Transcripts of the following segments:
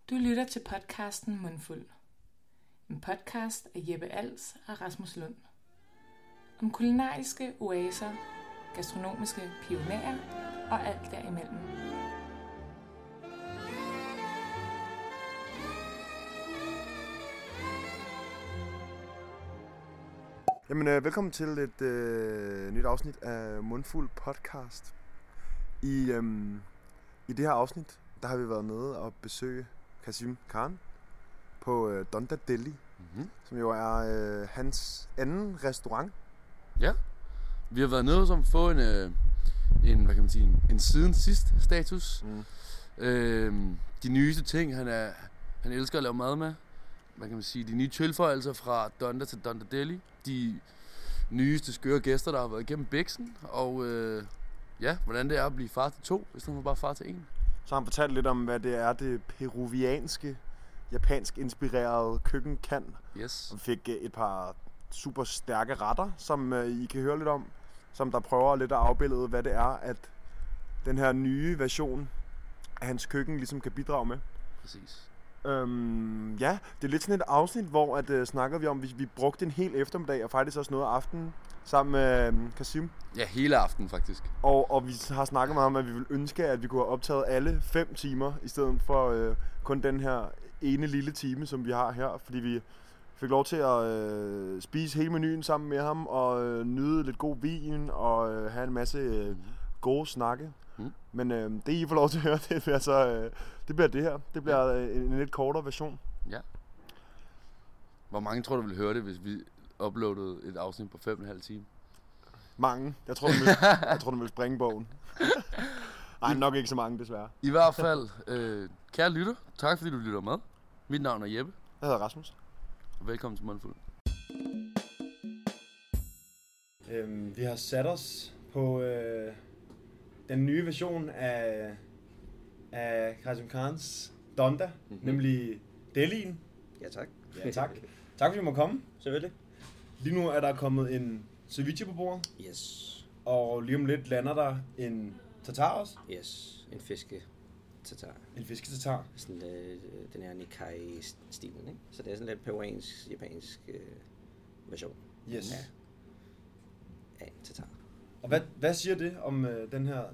Du lytter til podcasten Mundfuld. En podcast af Jeppe Als og Rasmus Lund. Om kulinariske oaser, gastronomiske pionerer og alt derimellem. Jamen, velkommen til et nyt afsnit af Mundfuld podcast. I det her afsnit, der har vi været nede og besøge Qasim Khan på Donda Deli, som jo er hans anden restaurant. Ja, vi har været nede som få hvad kan man sige, en siden sidst status. De nyeste ting, han elsker at lave mad med. Hvad kan man sige, de nye tilføjelser fra Donda til Donda Deli. De nyeste skøre gæster, der har været igennem Bixen. Og hvordan det er at blive far til 2, i stedet for bare far til 1. Så har han fortalt lidt om, hvad det er, det peruvianske, japansk inspirerede køkken kan. Yes. Og fik et par super stærke retter, som I kan høre lidt om. Som der prøver lidt at afbillede, hvad det er, at den her nye version af hans køkken ligesom kan bidrage med. Præcis. Ja, det er lidt sådan et afsnit, hvor snakker vi om, vi brugte en hel eftermiddag og faktisk også noget af aftenen sammen med Qasim. Ja, hele aften faktisk. Og vi har snakket meget om, at vi ville ønske, at vi kunne have optaget alle 5 timer, i stedet for kun den her ene lille time, som vi har her. Fordi vi fik lov til at spise hele menuen sammen med ham, og nyde lidt god vin, og have en masse gode snakke. Men det I får lov til at høre, det bliver det her. Det bliver en lidt kortere version. Ja. Hvor mange tror du ville høre det, hvis vi uploadede et afsnit på 5,5 timer? Mange. Jeg tror, du vil springe bogen. Nej, nok ikke så mange, desværre. I hvert fald, kære lytter, tak fordi du lytter med. Mit navn er Jeppe. Jeg hedder Rasmus. Og velkommen til Mundfuld. Vi har sat os på den nye version af Qasim Khans Donda, nemlig Delien. Ja, tak. Ja, tak. Tak fordi du må komme. Selvfølgelig. Lige nu er der kommet en ceviche på bordet, Yes. og lige om lidt lander der en tartar også. Yes. En fisketatar. En fisketatar. Sådan den her Nikkei-stilen, ikke? Så det er sådan lidt peruansk, japansk version. Yes. Af en tatar. Og hvad siger det om den her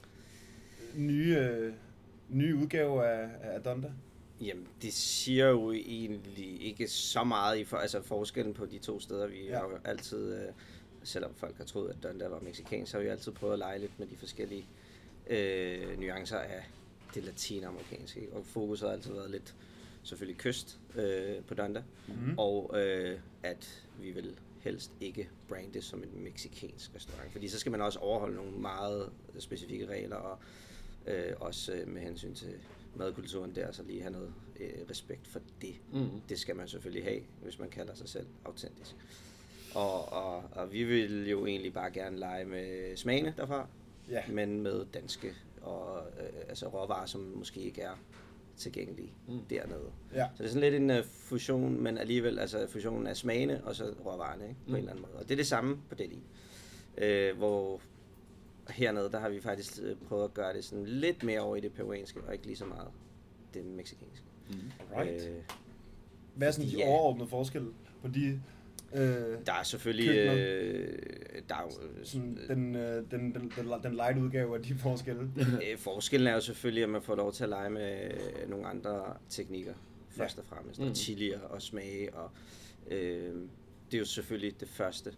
nye udgave af Donda? Jamen, det siger jo egentlig ikke så meget i forskellen på de to steder. Vi har jo altid, selvom folk har troet, at Donda var mexikansk, så har vi altid prøvet at lege lidt med de forskellige nuancer af det latinamerikanske. Og fokus har altid været lidt, selvfølgelig kyst på Donda, og at vi vil helst ikke brande som en mexikansk restaurant, fordi så skal man også overholde nogle meget specifikke regler, og også med hensyn til madkulturen der, så lige have noget respekt for det. Det skal man selvfølgelig have, hvis man kalder sig selv autentisk. Og vi vil jo egentlig bare gerne lege med smagene derfra, men med danske og råvarer, som måske ikke er tilgængelige dernede. Ja. Så det er sådan lidt en fusion, men alligevel fusionen af smagene og så råvarerne, ikke? På en eller anden måde. Og det er det samme på Deli. Hvor hernede, der har vi faktisk prøvet at gøre det sådan lidt mere over i det peruanske, og ikke lige så meget det mexikanske. Right. Hvad er sådan de overordnede forskelle på de der er selvfølgelig der er jo sådan den light udgave af de forskelle. Forskellen er jo selvfølgelig, at man får lov til at lege med nogle andre teknikker først og fremmest, og chilier og smage, og det er jo selvfølgelig det første.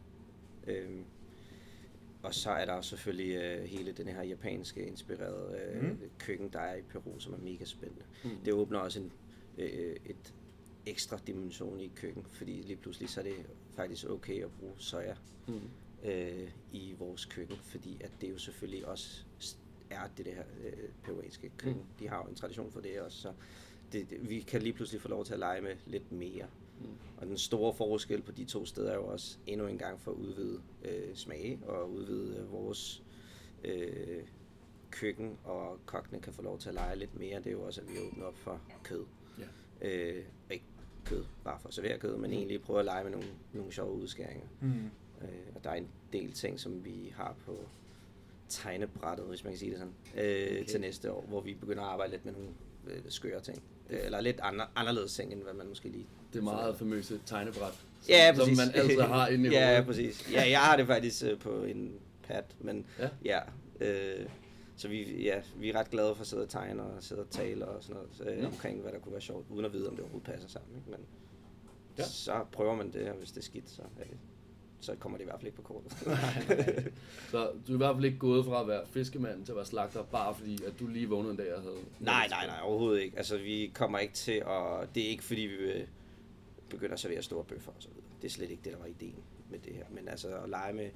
Og så er der selvfølgelig hele den her japanske inspirerede køkken, der er i Peru, som er mega spændende. Det åbner også et ekstra dimension i køkken, fordi lige pludselig så er det faktisk okay at bruge soja i vores køkken, fordi at det jo selvfølgelig også er det her peruanske køkken. De har jo en tradition for det også, så vi kan lige pludselig få lov til at lege med lidt mere. Og den store forskel på de to steder er jo også endnu en gang for at udvide smage og udvide vores køkken, og kokkene kan få lov til at lege lidt mere. Det er jo også, at vi åbner op for kød. Ikke kød, bare for at servere kød, men egentlig prøve at lege med nogle sjove udskæringer. Og der er en del ting, som vi har på tegnebrættet, hvis man kan sige det sådan, til næste år, hvor vi begynder at arbejde lidt med nogle skøre ting. Eller lidt anderledes ting, end hvad man måske lige... Det er meget famøse tegnebræt, som man altid har inde i hovedet. Ja, præcis. Ja, jeg har det faktisk på en pad, men så vi er ret glade for at sidde og tegne og sidde og tale og sådan noget omkring, hvad der kunne være sjovt, uden at vide, om det overhovedet passer sammen. Ikke? Men så prøver man det, og hvis det er skidt, så kommer det i hvert fald ikke på kortet. Så du er i hvert fald ikke gået fra at være fiskemand til at være slagter, bare fordi at du lige vågnede en dag og havde... Nej, overhovedet ikke. Altså, vi kommer ikke til at... Det er ikke fordi, vi vil begynde at servere store bøffer og så videre. Det er slet ikke det, der var ideen med det her. Men altså, at lege med...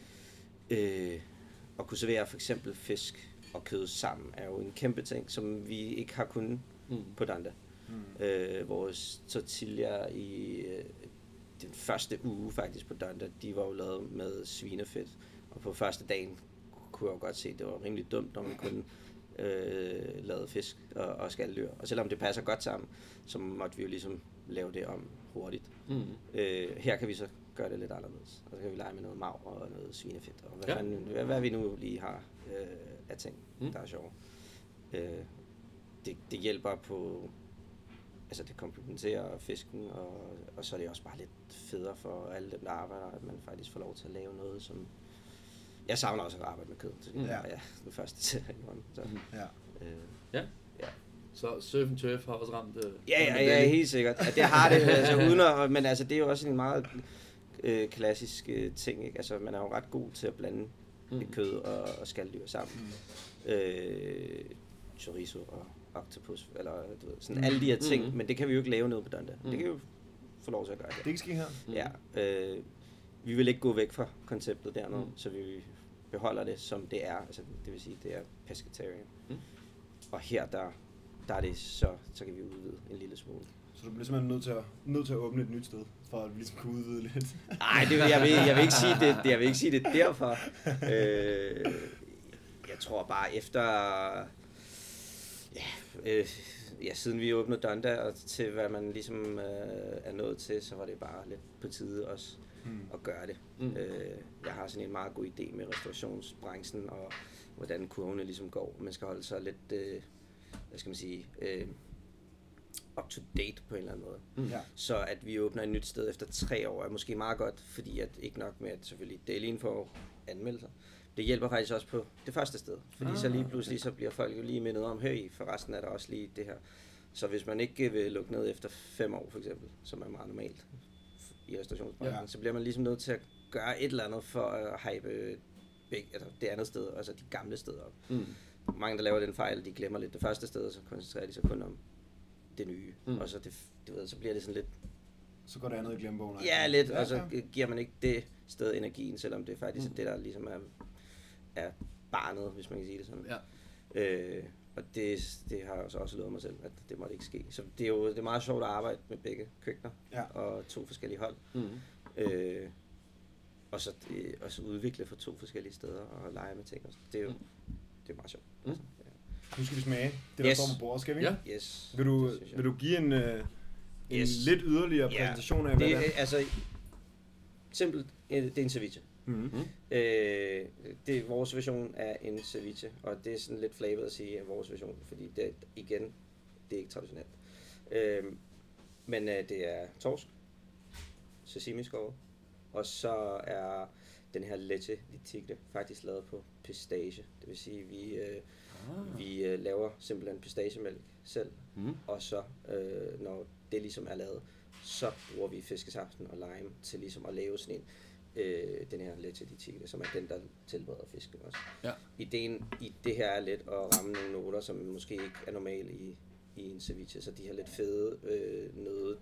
at kunne servere for eksempel fisk og kød sammen, er jo en kæmpe ting, som vi ikke har kunnet på Donda. Vores tortilla i... den første uge faktisk på Donda, de var jo lavet med svinefedt. Og på første dagen kunne jeg jo godt se, at det var rimelig dumt, når man kun lavede fisk og skaldyr. Og selvom det passer godt sammen, så måtte vi jo ligesom lave det om hurtigt. Her kan vi så gøre det lidt anderledes. Og så kan vi lege med noget mav og noget svinefedt. Og hvad vi nu lige har af ting, der er sjove. Det hjælper på... Altså det komplementerer fisken, og så er det også bare lidt federe for alle dem, der arbejder, at man faktisk får lov til at lave noget, som... Jeg savner også at arbejde med kød, så det er den første til Så Surf and Turf har også ramt... Ja, helt sikkert. Ja, det har det, altså, men altså, det er jo også en meget klassisk ting, ikke? Altså man er jo ret god til at blande kød og skaldyr sammen. Chorizo og octopus, eller du ved, sådan alle de her ting, men det kan vi jo ikke lave noget på Donda. Det kan vi jo få lov til at gøre. Det kan ske her. Ja, vi vil ikke gå væk fra konceptet dernede, så vi beholder det, som det er. Altså, det vil sige, det er pescatarian. Og her, der er det så kan vi udvide en lille smule. Så du bliver simpelthen nødt til at åbne et nyt sted, for at vi ligesom kunne udvide lidt? Nej, jeg vil ikke sige det. Jeg vil ikke sige det derfor. Jeg tror bare efter... siden vi åbnede Donda og til hvad man ligesom er nået til, så var det bare lidt på tide også at gøre det. Jeg har sådan en meget god idé med restaurationsbranchen og hvordan kurvene ligesom går. Man skal holde sig lidt, hvad skal man sige, up to date på en eller anden måde. Så at vi åbner et nyt sted efter 3 år er måske meget godt, fordi at ikke nok med at selvfølgelig Dailyen får anmeldelser. Det hjælper faktisk også på det første sted, fordi så lige pludselig så bliver folk jo lige mindet om, hey, forresten er der også lige det her. Så hvis man ikke vil lukke ned efter 5 år for eksempel, som er meget normalt i restaurationsbranchen, så bliver man ligesom nødt til at gøre et eller andet for at hype det andet sted, altså de gamle steder op. Mange der laver den fejl, de glemmer lidt det første sted, og så koncentrerer de sig kun om det nye. Og så så bliver det sådan lidt... Så går det andet i glemmebogen. Ja, lidt, og så giver man ikke det sted energien, selvom det faktisk er det, der ligesom er barnet, hvis man kan sige det sådan. Og det har jeg så også lovet mig selv, at det måtte ikke ske. Så det er meget sjovt at arbejde med begge køkkener og 2 forskellige hold. Og så udvikle for 2 forskellige steder og lege med ting. Det er meget sjovt. Nu skal vi smage det, der står på bordet, skal vi? Ja. Yes. Vil du give en lidt yderligere præsentation af, hvad det er? Altså, simpelt, det er en ceviche. Det er vores version af en ceviche, og det er sådan lidt flavored at sige af vores version, fordi det er ikke traditionelt. Men det er torsk, sashimi skåret, og så er den her leche di tigre faktisk lavet på pistage. Det vil sige, vi laver simpelthen pistachemælk selv, og så når det ligesom er lavet, så bruger vi fiskesaften og lime til ligesom at lave sådan en den her leche di tigre, som er den, der tilbereder fisken også. Ideen i det her er lidt at ramme nogle noter, som måske ikke er normale i en ceviche, så de her lidt fede noget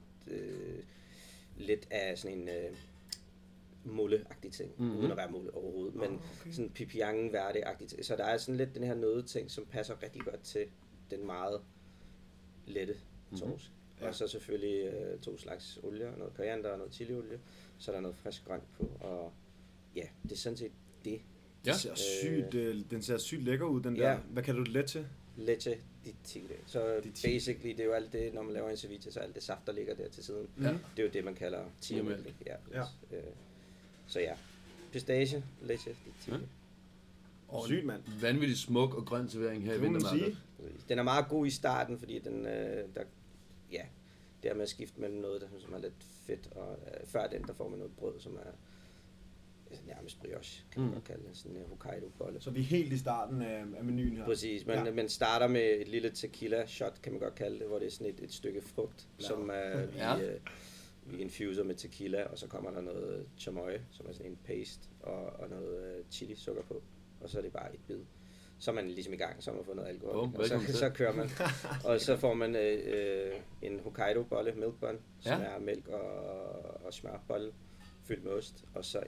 lidt af sådan en mulle-agtig ting, uden at være mulle overhovedet, men sådan pipiangen verde-agtig ting. Så der er sådan lidt den her nøde-ting, som passer rigtig godt til den meget lette torsk. Og så selvfølgelig 2 slags olie, noget koriander og noget chiliolie. Så er der noget frisk grønt på, og ja, det er sådan set det. Den ser sygt lækker ud, den der. Hvad kalder du det let til? Leche di tigre. Så basically, det er jo alt det, når man laver en ceviche, så alt det saft, der ligger der til siden. Det er jo det, man kalder tigermælk. Så ja, pistage, leche di tigre. Sygt, mand. Vanvittigt smuk og grøn servering her i vintermarkedet. Den er meget god i starten, fordi den, det er med at skifte mellem noget, som er lidt fedt, og før den, der får man noget brød, som er nærmest brioche, kan man godt kalde det, sådan en Hokkaido-bolle. Så vi er helt i starten af menuen her. Præcis, man starter med et lille tequila shot, kan man godt kalde det, hvor det er sådan et stykke frugt, som vi infuser med tequila, og så kommer der noget chamoy, som er sådan en paste, og noget chili sukker på, og så er det bare et bid. Så er man ligesom i gang, så har man fået noget alkohol, og så kører man. Og så får man en Hokkaido-bolle, milk bun, som er mælk og smørbolle, fyldt med ost, og så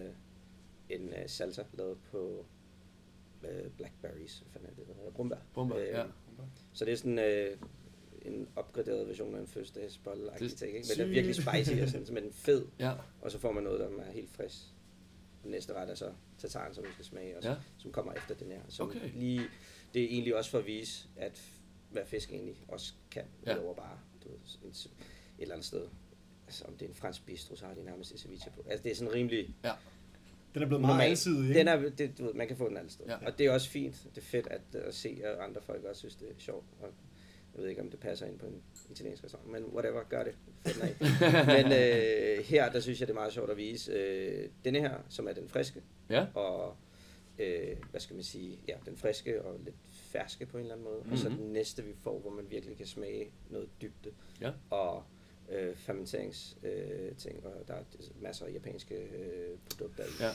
en salsa lavet på blackberries, hvad fanden er det, brumbær. Så det er sådan en opgraderet version af en fødselsdagsbolle-agtig ting, ikke? Men den er virkelig spicy og sådan, men den fed, og så får man noget, der er helt frisk. Den næste ret er så tartaren, som vi skal smage, og som kommer efter den her. Så lige, det er egentlig også for at vise, hvad fisk egentlig også kan, udover bare et eller andet sted. Altså om det er en fransk bistro, så har de nærmest et ceviche på. Altså det er sådan rimelig... Ja. Den er blevet meget alsidig, ikke? Man kan få den alle steder. Ja. Og det er også fint. Det er fedt at se, at andre folk også synes, det er sjovt. Og jeg ved ikke, om det passer ind på en italiensk restaurant, men whatever, gør det. Men her, der synes jeg, det er meget sjovt at vise denne her, som er den friske. Ja. Og hvad skal man sige? Ja, den friske og lidt ferske på en eller anden måde. Og så den næste, vi får, hvor man virkelig kan smage noget dybde. Ja. Og fermenteringsting, og der er masser af japanske produkter i. Ja.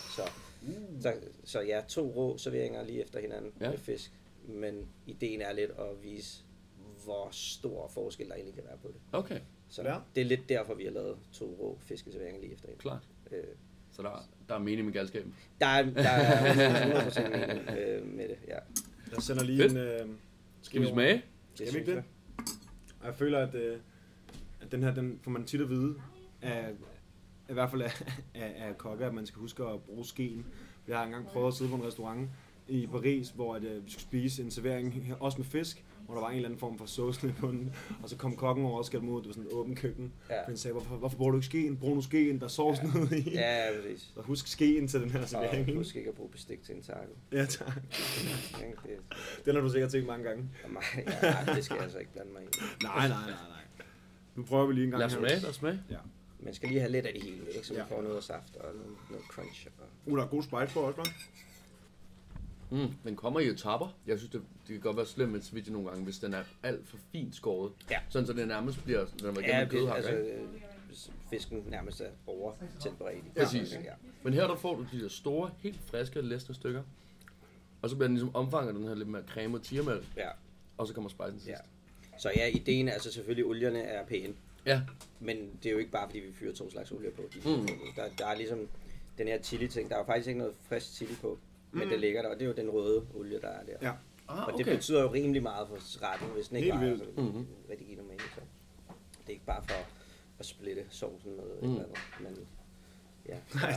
Så ja, 2 rå serveringer lige efter hinanden med fisk, men ideen er lidt at vise, hvor stor forskel der egentlig kan være på det. Okay. Så det er lidt derfor, vi har lavet 2 rå fiskeserveringer lige efter hinanden. Klart. Så der er mening med galskaben? Der er 100% mening med det, ja. Jeg sender lige en... Skal vi smage? Skal vi ikke det? Og jeg føler, at den her, den får man tit at vide, i hvert fald af kokke, at man skal huske at bruge skeen. Jeg har engang prøvet at sidde på en restaurant i Paris, hvor vi skulle spise en servering, også med fisk, hvor der var en eller anden form for sauce på den, og så kom kokken over og skældte mod, det var sådan et åbent køkken. Ja. Han sagde, hvorfor bruger du ikke skeen? Brug nu skeen, der er sauce nede i. Ja, præcis. Så husk skeen til den her servering. Og husk ikke at bruge bestik til en taco. Ja, tak. Den har du sikkert tænkt mange gange. Ja, det skal jeg altså ikke blande mig i. Nej. Nu prøver vi lige en gang. Lad os smage. Ja. Man skal lige have lidt af det hele, ikke? Så man får noget saft og noget crunch. Der er god spice på også, hva'? Den kommer i etapper. Jeg synes, det kan godt være slemt med et ceviche nogle gange, hvis den er alt for fint skåret. Ja. Sådan så det nærmest bliver, den var igennem kødhakker, ikke? Fisken nærmest er overtempereret. Præcis. Ja. Men her der får du de der store, helt friske, læsne stykker. Og så bliver den ligesom omfanget den her lidt mere creme og tigermælk. Ja. Og så kommer spicen sidst. Ja. Så ja, ideen er altså selvfølgelig, olierne er pæne. Ja. Men det er jo ikke bare fordi vi fyrer 2 slags olie på. Der er ligesom den her chili ting. Der er jo faktisk ikke noget frisk chili på. Men det ligger der, og det er jo den røde olie, der er der. Ja. Og det betyder jo rimelig meget for retten, hvis den ikke bare er rigtig give mening. Så det er ikke bare for at splitte sovsen med et eller andet, men ja. Nej,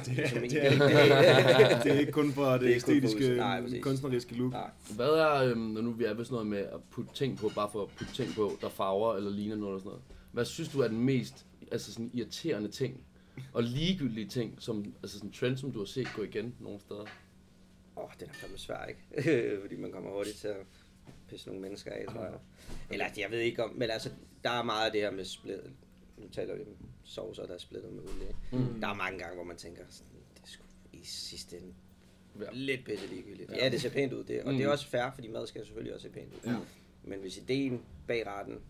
det er ikke kun for det æstetiske, kunstneriske look. Nej. Hvad er, når nu vi er ved sådan noget med at putte ting på, bare for at putte ting på, der farver eller ligner noget eller sådan noget. Hvad synes du er den mest sådan irriterende ting og ligegyldige ting, som altså sådan trend, som du har set gå igen nogle steder? Den er fandme svær, ikke? Fordi man kommer hurtigt til at pisse nogle mennesker af, tror jeg. Eller jeg ved ikke om, men altså, der er meget af det her med split. Nu taler vi om saucer, der er splittet med olie. Der er mange gange, hvor man tænker, sådan, det er sgu i sidste ende lidt pisse ligegyldigt. Ja, det ser pænt ud, det. Og det er også fair, fordi mad skal selvfølgelig også se pænt ud. Men hvis ideen bag retten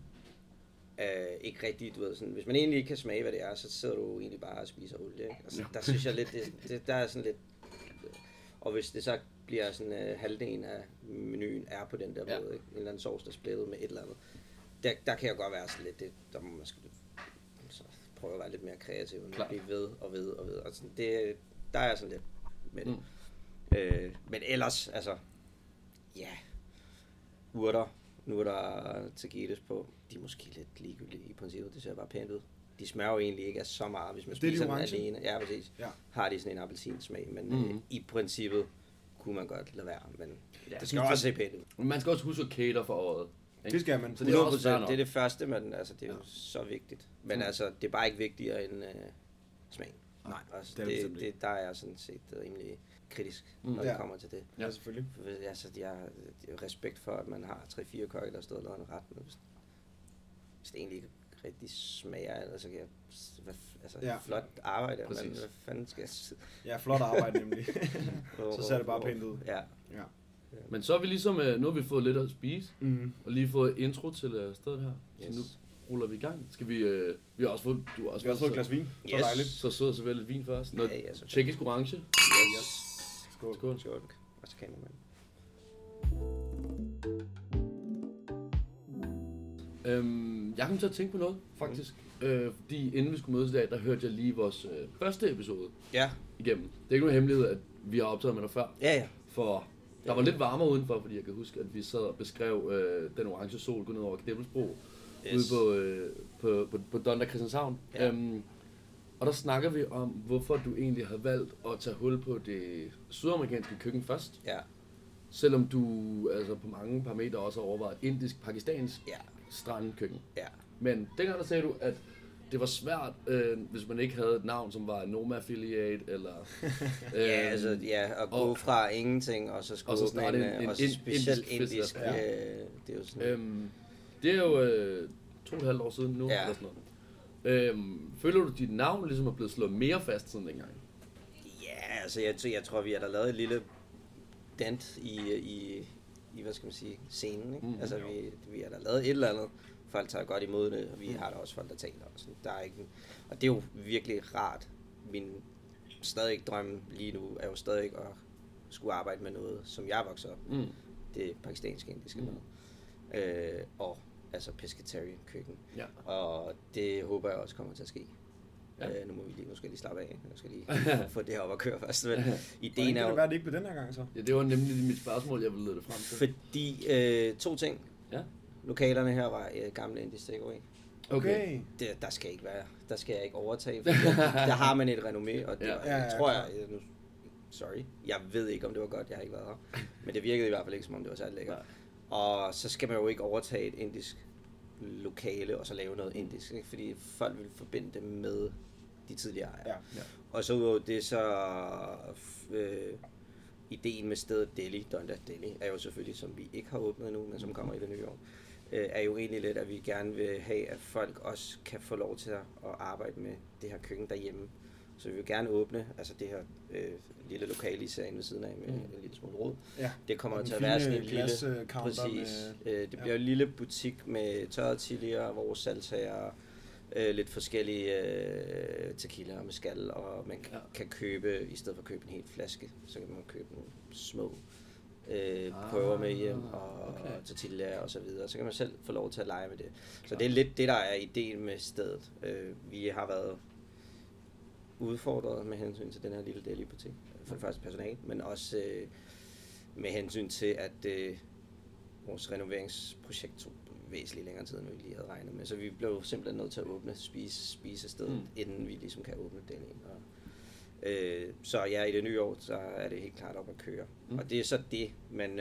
ikke rigtigt, du ved, sådan, hvis man egentlig ikke kan smage, hvad det er, så sidder du egentlig bare og spiser olie, ikke? Altså, der synes jeg lidt, der er sådan lidt. Og hvis det så bliver sådan halvdelen af menuen er på den der måde, ikke? En eller anden sauce, der er splittet med et eller andet, der kan jeg godt være sådan lidt, der må man skulle så prøve at være lidt mere kreativ, og blive ved. Og sådan, der er sådan lidt med det. Men ellers, altså, urter, nu er der tagetes på, de er måske lidt ligegyldige i princippet, det ser bare pænt ud. De smager jo egentlig ikke af så meget, hvis man spiser den alene. Ja, præcis. Ja. Har de sådan en appelsinsmag, men i princippet kunne man godt lade være, men det skal også se pænt ud. Man skal også huske at cater for året. Ikke? Det skal man. Så det er, også det er det første, men altså, det er jo så vigtigt. Men altså, det er bare ikke vigtigere end smagen. Nej, altså, der er jeg sådan set rimelig kritisk, når det kommer til det. Ja, selvfølgelig. Altså, jeg har respekt for, at man har 3-4 kokke, der står og laver en ret, men hvis det egentlig ikke rigtig smager, altså kan jeg, flot arbejde, men hvad fanden skal jeg... Ja, flot arbejde nemlig. Så ser det bare pænt ud. Ja. Men så er vi ligesom, nu har vi fået lidt at spise, og lige fået intro til stedet her, så nu ruller vi i gang. Skal vi, vi har også fået, du har også fået et glas vin, så dejligt. Så sidder så vel lidt vin først. Noget tjekkisk orange. Yes. Skål. Og så kan man. Jeg kom til at tænke på noget, faktisk. Fordi inden vi skulle mødes i dag, der hørte jeg lige vores første episode igennem. Det er ikke nogen hemmelighed, at vi har optaget med dig før. Ja. For der var lidt varmere udenfor, fordi jeg kan huske, at vi sad og beskrev den orange sol gå ned over Knibbelsbro. Yes. Ude på Donda Christianshavn. Ja. Og der snakker vi om, hvorfor du egentlig havde valgt at tage hul på det sydamerikanske køkken først. Ja. Selvom du altså på mange parametre også har overvejet indisk, pakistansk strandkøkken. Ja. Men dengang der sagde du, at det var svært, hvis man ikke havde et navn, som var Noma Affiliate, eller... at gå fra ingenting, og så skulle åbne en specielt indisk. Det er jo sådan... det er jo 2,5 år siden nu, eller sådan noget. Føler du, at dit navn ligesom er blevet slået mere fast siden dengang? Ja, altså jeg tror, vi har da lavet et lille dent i hvad skal man sige, scenen, ikke? Altså vi har da lavet et eller andet. Folk tager godt imod det, og vi har da også folk, der taler. Og, sådan. Der er ikke, og det er jo virkelig rart. Min stadig drømme lige nu er jo stadig at skulle arbejde med noget, som jeg vokser op. Det pakistanske indiske mad. Og altså pescatarian køkken. Ja. Og det håber jeg også kommer til at ske. Ja. Nu skal jeg lige slappe af. Nu skal jeg lige få det her op at køre først. Men ideen er jo... Hvad er det ikke på den her gang så? Ja, det var nemlig mit spørgsmål, jeg ville lede det frem til. Fordi 2 ting. Ja. Lokalerne her var gamle indisk takeaway. Okay. Der skal ikke være. Der skal jeg ikke overtage. Der har man et renommé, og det tror jeg... Sorry. Jeg ved ikke, om det var godt. Jeg har ikke været her. Men det virkede i hvert fald ikke, som om det var særlig lækkert. Og så skal man jo ikke overtage et indisk lokale og så lave noget indisk, ikke? Fordi folk vil forbinde det med de tidligere ejere. Ja. Og så udover det så ideen med stedet Delhi, Donda Delhi, er jo selvfølgelig, som vi ikke har åbnet endnu, men som kommer i det nye år, er jo egentlig lidt, at vi gerne vil have, at folk også kan få lov til at arbejde med det her køkken derhjemme. Så vi vil gerne åbne, altså det her lille lokale i serien ved siden af med en lille smule rod. Ja. Det kommer til at være sådan en lille, præcis. Det bliver en lille butik med tørrede chilier, vores salsager, lidt forskellige tequila med skal, og man kan købe, i stedet for at købe en hel flaske, så kan man købe nogle små prøver med hjem og tortilla og så videre. Så kan man selv få lov til at lege med det. Så det er lidt det, der er ideen med stedet. Vi har været udfordret med hensyn til den her lille deli-butik. For det første personal, men også med hensyn til, at vores renoveringsprojekt tog væsentligt længere tid, end vi lige havde regnet med. Så vi blev simpelthen nødt til at åbne spisestedet, inden vi ligesom kan åbne den ind. Så ja, i det nye år, så er det helt klart op at køre. Og det er så det, men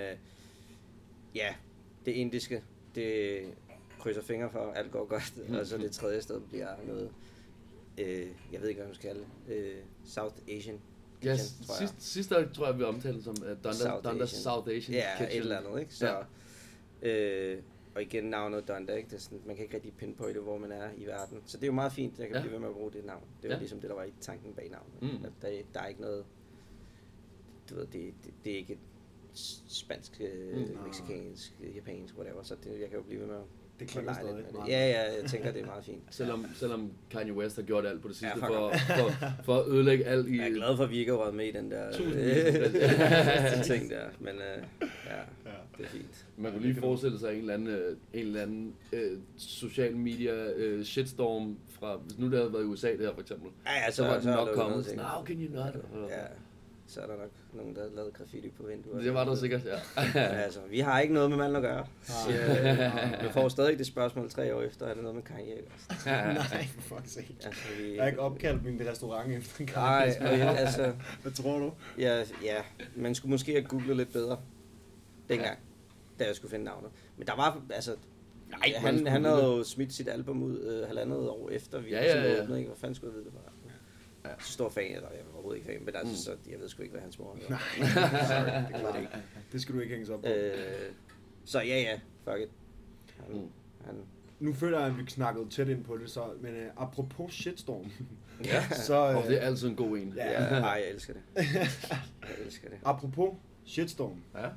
det indiske, det krydser fingre for, alt går godt. Og så det tredje sted bliver noget, jeg ved ikke, hvad man skal kalde det, South Asian Kitchen, tror jeg. Sidste år tror jeg, vi omtalte som Donda South Asian Kitchen. Ja, et eller andet, ikke? Så, og igen navnet Donda, ikke? Det er sådan, man kan ikke rigtig pinpointe, hvor man er i verden. Så det er jo meget fint, at jeg kan blive ved med at bruge det navn. Det er jo ligesom det, der var i tanken bag navnet. At der er ikke noget, du ved, det er ikke et spansk, mexicansk, japansk, whatever. Så det, jeg kan jo blive ved med at... Det klinger stadig. Ja, jeg tænker, det er meget fint. Selvom Kanye West har gjort alt på det sidste for at ødelægge alt i... Jeg er glad for, at vi ikke har været med i den der ting der, men det er fint. Man kunne lige forestille sig en eller anden social media shitstorm fra, hvis nu det havde været i USA det her for eksempel. Ja, så var det nok kommet sådan, how can you not? Ja. Så er der nok nogen, der har lavet graffiti på vinduet. Det var der sikkert, ja. Altså, vi har ikke noget med manden at gøre. Vi får stadig det spørgsmål 3 år efter, er det noget med Kanye? Nej, for fuck's sake. Altså, jeg har ikke opkaldt min restaurant efter Kanye. Nej, altså... Hvad tror du? Ja, man skulle måske have googlet lidt bedre dengang, da jeg skulle finde navnet. Men der var, altså... Han havde jo smidt sit album ud 1,5 år efter, vi åbnede, ikke? Hvad fanden skulle jeg vide det var? så stor fan, eller jeg er overhovedet ikke fan, men altså, så, jeg ved sgu ikke, hvad hans mor er. Nej, sorry, det er ikke. Det skal du ikke hænge sig op på. Så ja, fuck it. Han Nu føler jeg, at vi snakkede tæt ind på det, så, men apropos shitstorm, ja. så... det er altid en god en. Ja, jeg elsker det. Jeg elsker det. Apropos shitstorm, Ja.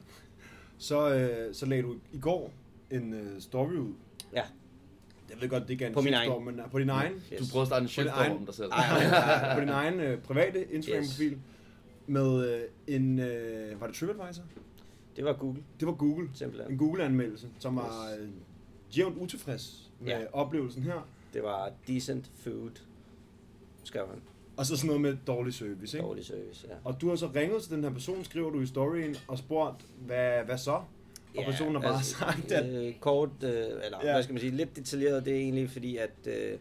så lagde du i går en story ud. Ja. Jeg ved godt, det ikke er en På min shitstorm, men på din egen. Yes. Du prøver at starte en shitstorm om dig selv. På din egen private Instagram-profil. Med en... var det TripAdvisor? Det var Google, Det var Google. simpelthen. En Google-anmeldelse, som var jævnt utilfreds med oplevelsen her. Det var decent food, skrev han. Og så sådan noget med dårlig service, ikke? Dårlig service, ja. Og du har så ringet til den her person, skriver du i storyen, og spurgt, hvad så? Og personen har bare sagt, at... Kort, hvad skal man sige, lidt detaljeret, det er egentlig fordi, at det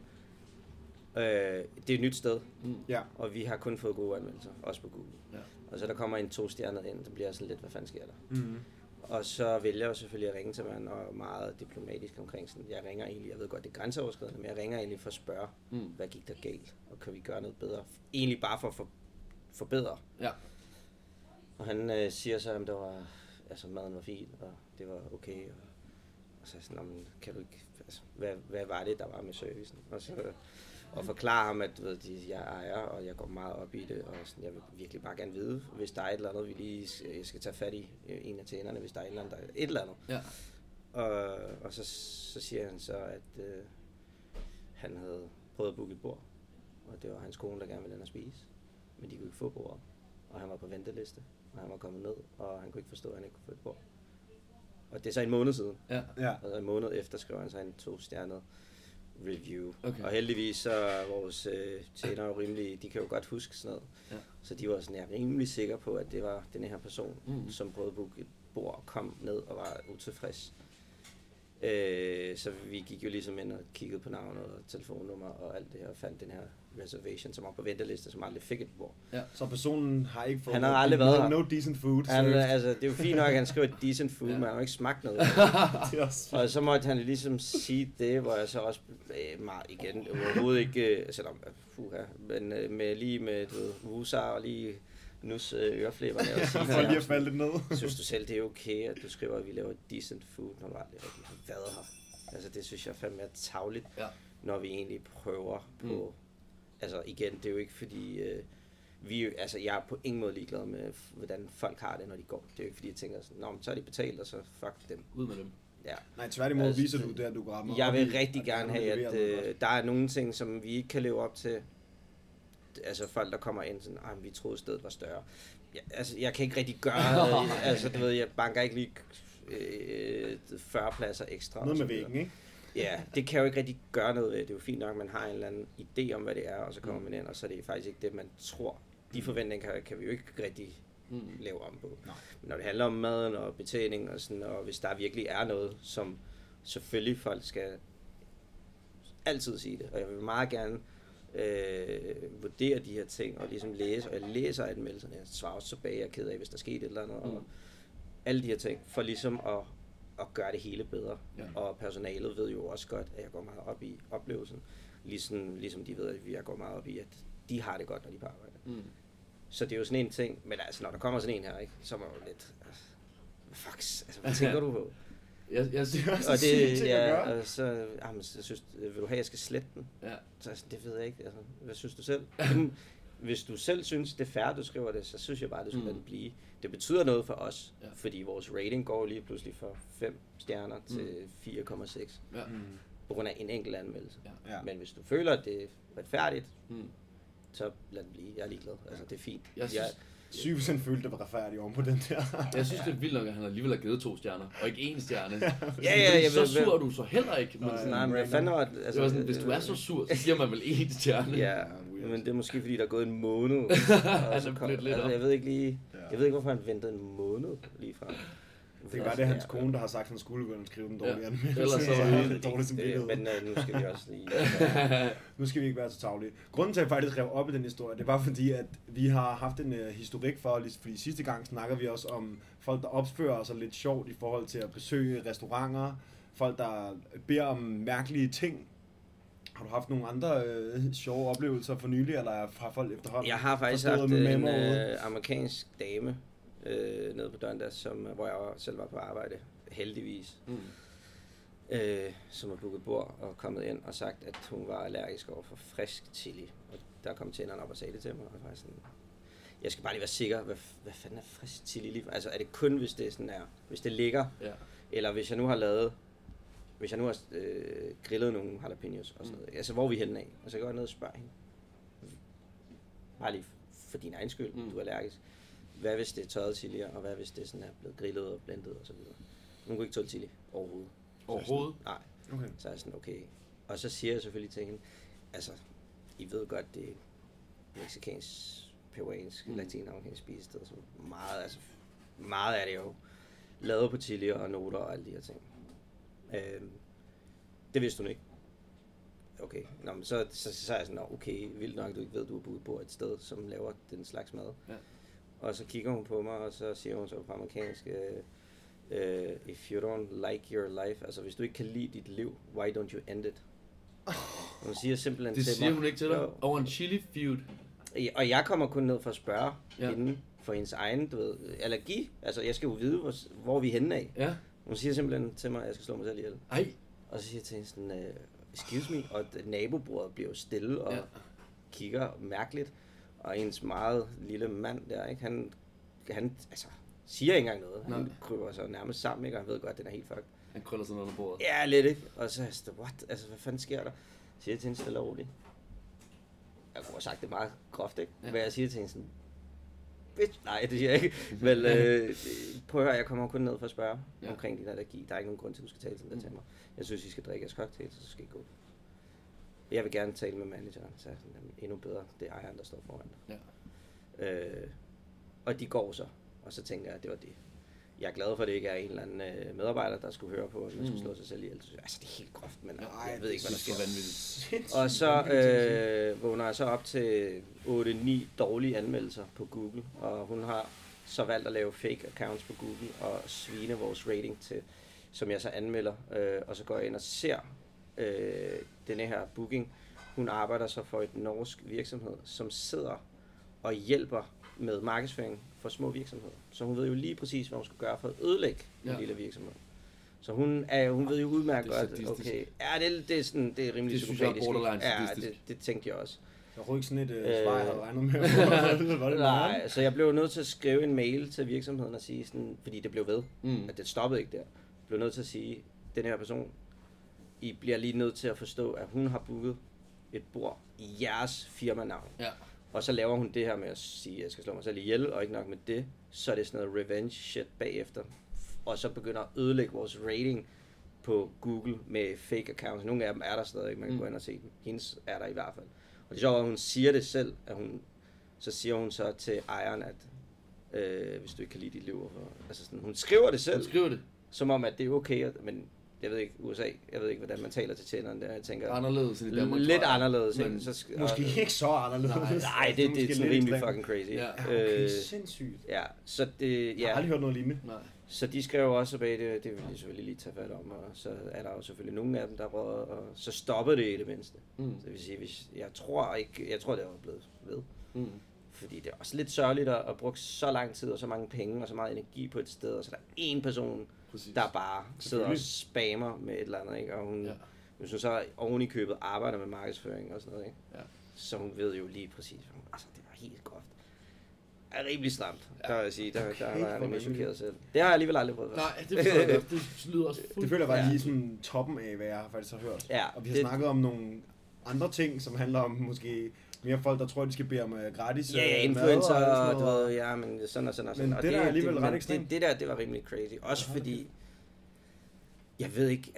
er et nyt sted, Ja. og vi har kun fået gode anmeldelser, også på Google. Ja. Og så der kommer en 2-stjernet ind, så bliver jeg sådan lidt, hvad fanden sker der? Mm-hmm. Og så vælger jeg jo selvfølgelig at ringe til manden, og meget diplomatisk omkring sådan, jeg ringer egentlig, jeg ved godt, det er grænseoverskridende, men jeg ringer egentlig for at spørge, hvad gik der galt, og kan vi gøre noget bedre? Egentlig bare for at forbedre. Ja. Og han siger så, at maden var fin, og det var okay, og så sådan, kan du ikke, altså, hvad var det, der var med servicen? Og forklare ham, at jeg ejer, og jeg går meget op i det, og sådan, jeg vil virkelig bare gerne vide, hvis der er et eller andet, jeg skal tage fat i en af tjenerne, hvis der er et eller andet. Ja. Og så siger han så, at han havde prøvet at booke et bord, og det var hans kone, der gerne ville ind og spise, men de kunne ikke få bordet, og han var på venteliste, og han var kommet ned, og han kunne ikke forstå, at han ikke kunne få et bord. Og det er så en måned siden. Ja. Og en måned efter skrev han så en 2-stjernet review. Okay. Og heldigvis så er vores tjenere jo rimelig, de kan jo godt huske sådan noget. Ja. Så de var sådan, jeg er rimelig sikker på, at det var den her person, som prøvede at booke et bord og kom ned og var utilfreds. Så vi gik jo ligesom ind og kiggede på navnet og telefonnummer og alt det her, og fandt den her reservation, som var på venteliste, som aldrig fik et bord. Ja. Så personen har ikke fået... Han har aldrig været her. No decent food. Altså, det er jo fint nok, at han skriver decent food, men han har jo ikke smagt noget. Og så måtte han ligesom sige det, hvor jeg så også meget igen, overhovedet ikke, selvom, men med Wusar og lige nus øreflæberne. For lige at falde lidt ned. Synes du selv, det er okay, at du skriver, at vi laver decent food, når du aldrig rigtig har været her? Altså, det synes jeg fandme er tarveligt, når vi egentlig prøver på... Altså igen, det er jo ikke fordi, jeg er på ingen måde ligeglad med, hvordan folk har det, når de går. Det er jo ikke fordi, jeg tænker sådan, nå, men så er de betalt, og så fuck dem. Ud med dem. Ja. Nej, tværtimod altså, viser du det, at du går rammer. Jeg vil rigtig gerne have, at der er nogle ting, som vi ikke kan leve op til. Altså folk, der kommer ind sådan, vi troede stedet var større. Ja, altså, jeg kan ikke rigtig gøre, altså du ved, jeg banker ikke lige 40 pladser ekstra. Noget med væggen, ikke? Ja, det kan jo ikke rigtig gøre noget ved. Det er jo fint nok, at man har en eller anden idé om, hvad det er, og så kommer man ind, og så er det faktisk ikke det, man tror. De forventninger kan vi jo ikke rigtig lave om på. Nej. Men når det handler om maden og betjening og sådan, og hvis der virkelig er noget, som selvfølgelig folk skal altid sige det, og jeg vil meget gerne vurdere de her ting, og ligesom læse, og jeg læser anmeldelserne, jeg svarer også tilbage, jeg er ked af, hvis der skete et eller andet, og alle de her ting, for ligesom at gøre det hele bedre. Ja. Og personalet ved jo også godt, at jeg går meget op i oplevelsen, ligesom de ved, at jeg går meget op i, at de har det godt, når de er på arbejde. Så det er jo sådan en ting, men altså, når der kommer sådan en her, ikke, så er man jo lidt, altså, hvad tænker du på? Jeg synes, og det, ja, og så, så synes, vil du have, at jeg skal slette den? Ja. Så altså, det ved jeg ikke, altså, hvad synes du selv? Hvis du selv synes, det er fair, du skriver det, så synes jeg bare, det skulle lade det blive. Det betyder noget for os, fordi vores rating går lige pludselig fra 5 stjerner til 4,6. Ja. På grund af en enkelt anmeldelse. Ja. Men hvis du føler, at det er retfærdigt, så lad det blive. Jeg er ligeglad. Altså, det er fint. Jeg synes, 7% følte, det var retfærdigt om på den der. Jeg synes, det er vildt nok, at han alligevel har givet 2 stjerner, og ikke 1 stjerne. Ja, så sur er du så heller ikke. Men nej, men jeg fandt altså, det var sådan, hvis du er så sur, så giver man vel 1 stjerne. Ja, men det er måske, fordi der er gået en måned. Jeg ved ikke lige... Jeg ved ikke, hvorfor han ventede en måned lige fra. Det kan være, det er hans kone, der har sagt, at han skulle gå og skrive den dårlige anmeldelse. Ellers så var det dårligt som billede. Men nu skal vi også lige... Nu skal vi ikke være så tavlige. Grunden til, at jeg faktisk rev op i den historie, det var fordi, at vi har haft en historik for, fordi sidste gang snakker vi også om folk, der opfører sig lidt sjovt i forhold til at besøge restauranter, folk, der beder om mærkelige ting, Har du haft nogle andre sjove oplevelser for nylig, eller har folk efterhånden? Jeg har faktisk haft en amerikansk dame nede på Dundas, hvor jeg selv var på arbejde, heldigvis. Som har booket bord og kommet ind og sagt, at hun var allergisk over for frisk chili. Og der kom tjeneren op og sagde det til mig, og jeg var sådan, jeg skal bare lige være sikker, hvad fanden er frisk chili lige? Altså er det kun, hvis det sådan er, hvis det ligger, eller hvis jeg nu har grillet nogle jalapenos og sådan noget. Altså hvor er vi henne af? Og så går jeg ned og spørger hende. Bare lige for din egen skyld, du er allergisk. Hvad hvis det er tørret chili, og hvad hvis det sådan er blevet grillet og blendet og så videre. Hun kunne ikke tåle chili overhovedet. Overhovedet? Nej. Okay. Så er jeg sådan, okay. Og så siger jeg selvfølgelig til hende, altså, I ved godt, det er mexikansk, peruansk, latinamerikansk spisested, så meget af det jo lavet på chili og noter og alle de her ting. Det vidste hun ikke. Okay, nå, men så er jeg sådan, okay, vildt nok, du ikke ved, du er boet på et sted, som laver den slags mad. Ja. Og så kigger hun på mig, og så siger hun så på amerikansk, if you don't like your life, altså hvis du ikke kan lide dit liv, why don't you end it? Hun siger simpelthen det til siger mig, hun ikke til dig? Over en chili feud? Og jeg kommer kun ned for at spørge hende for hendes egen, du ved, allergi. Altså jeg skal jo vide, hvor vi er henne af. Ja. Hun siger simpelthen til mig, at jeg skal slå mig selv ihjel. Ej. Og så siger jeg til hende sådan, excuse me, og nabobordet bliver jo stille og kigger mærkeligt. Og ens meget lille mand der, ikke? Han altså, siger ikke engang noget. Han kryber sig nærmest sammen, ikke? Og han ved godt, at den er helt fucked. Han krøller sådan noget på bordet. Ja, lidt, ikke? Og så er jeg sådan, what? Altså, hvad fanden sker der? Så siger jeg til hende stille og roligt. Jeg kunne have sagt det meget groft, ikke? Ja. Men jeg siger til hende sådan, bitch, nej, det siger jeg ikke. Men prøv at høre, jeg kommer kun ned for at spørge omkring din allergi. Der er ikke nogen grund til, at du skal tale sådan der til mig. Jeg synes, I skal drikke jeres cocktail, så skal I gå. Jeg vil gerne tale med manageren, så sådan, endnu bedre, det er ejeren, der står foran dig. Ja. Og de går så, og så tænker jeg, at det var det. Jeg er glad for, at det ikke er en eller anden medarbejder, der skulle høre på, at man skulle slå sig selv ihjel. Altså, det er helt groft, men jeg ved ikke, hvad der sker. Og så vågner jeg så op til 8-9 dårlige anmeldelser på Google, og hun har så valgt at lave fake accounts på Google og svine vores rating til, som jeg så anmelder, og så går jeg ind og ser denne her booking. Hun arbejder så for et norsk virksomhed, som sidder og hjælper med markedsføring for små virksomheder. Så hun ved jo lige præcis, hvad hun skal gøre for at ødelægge en lille virksomhed. Så hun ved jo udmærket godt, okay, det er sådan, det er rimelig psykopatisk. Det tænkte jeg også. Jeg har ikke sådan et svar, jeg havde regnet med. Nej, så jeg blev nødt til at skrive en mail til virksomheden og sige sådan, fordi det blev ved, at det stoppede ikke der. Jeg blev nødt til at sige, den her person, I bliver lige nødt til at forstå, at hun har booket et bord i jeres firmanavn. Ja. Og så laver hun det her med at sige, at jeg skal slå mig selv ihjel, og ikke nok med det, så er det sådan noget revenge shit bagefter. Og så begynder at ødelægge vores rating på Google med fake accounts. Nogle af dem er der stadig, man kan gå ind og se dem. Hendes er der i hvert fald. Og det er sjovt, at hun siger det selv, så siger hun så til ejeren, at hvis du ikke kan lide dit liv, altså sådan, hun skriver det selv. Hun skriver det. Som om, at det er okay, men jeg ved ikke, USA, jeg ved ikke, hvordan man taler til tjeneren der. Jeg tænker, anderledes i Danmark, lidt anderledes. Men måske ikke så anderledes. Nej, det er sådan rimelig fucking crazy. Ja, okay, sindssygt. Ja, så det, jeg har aldrig hørt noget lignende. Nej. Så de skrev også tilbage, det vil de selvfølgelig lige tage fat om, og så er der jo selvfølgelig nogle af dem, der rød, og så stoppede det i det mindste. Så det vil sige, jeg tror det var blevet ved. Fordi det er også lidt sørgeligt at bruge så lang tid og så mange penge og så meget energi på et sted, og så der er én person, der bare sidder og spammer med et eller andet, ikke? Og hvis hun så oven i købet arbejder med markedsføring og sådan noget, ikke? Ja. Så hun ved jo lige præcis, altså det var helt groft. Det er rimelig stramt, kan jeg sige. Der var jeg rimelig chokeret selv. Det har jeg alligevel aldrig prøvet. Nej, det forstår jeg godt. Det lyder også det føler jeg bare lige sådan toppen af, hvad jeg faktisk har hørt. Ja, og vi har snakket om nogle andre ting, som handler om måske mere folk, der tror, de skal bede om gratis influencer, du ved, ja, men sådan og sådan og sådan. Men det der er alligevel ret ekstremt. Det der var rimelig crazy. Også fordi, jeg ved ikke,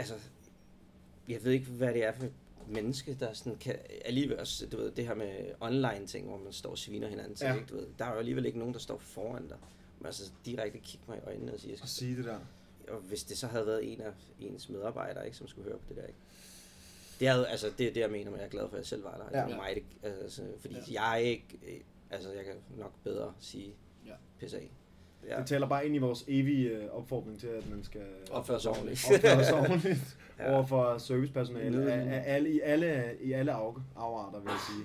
hvad det er for et menneske, der sådan kan alligevel også, du ved, det her med online ting, hvor man står og sviner hinanden til, ikke, du ved, der er jo alligevel ikke nogen, der står foran dig. Men altså direkte kigge mig i øjnene og sige, og sige det der. Og hvis det så havde været en af ens medarbejdere, ikke, som skulle høre på det der, ikke. Det er det jeg mener med, at jeg er glad for, at jeg selv var der. Ja. Det var mig, fordi jeg er ikke, jeg kan nok bedre sige, pisse af. Ja. Det taler bare ind i vores evige opfordring til, at man skal Opføre sig ordentligt. opføre sig ordentligt Ja. over for servicepersonale i alle afarter, vil jeg sige.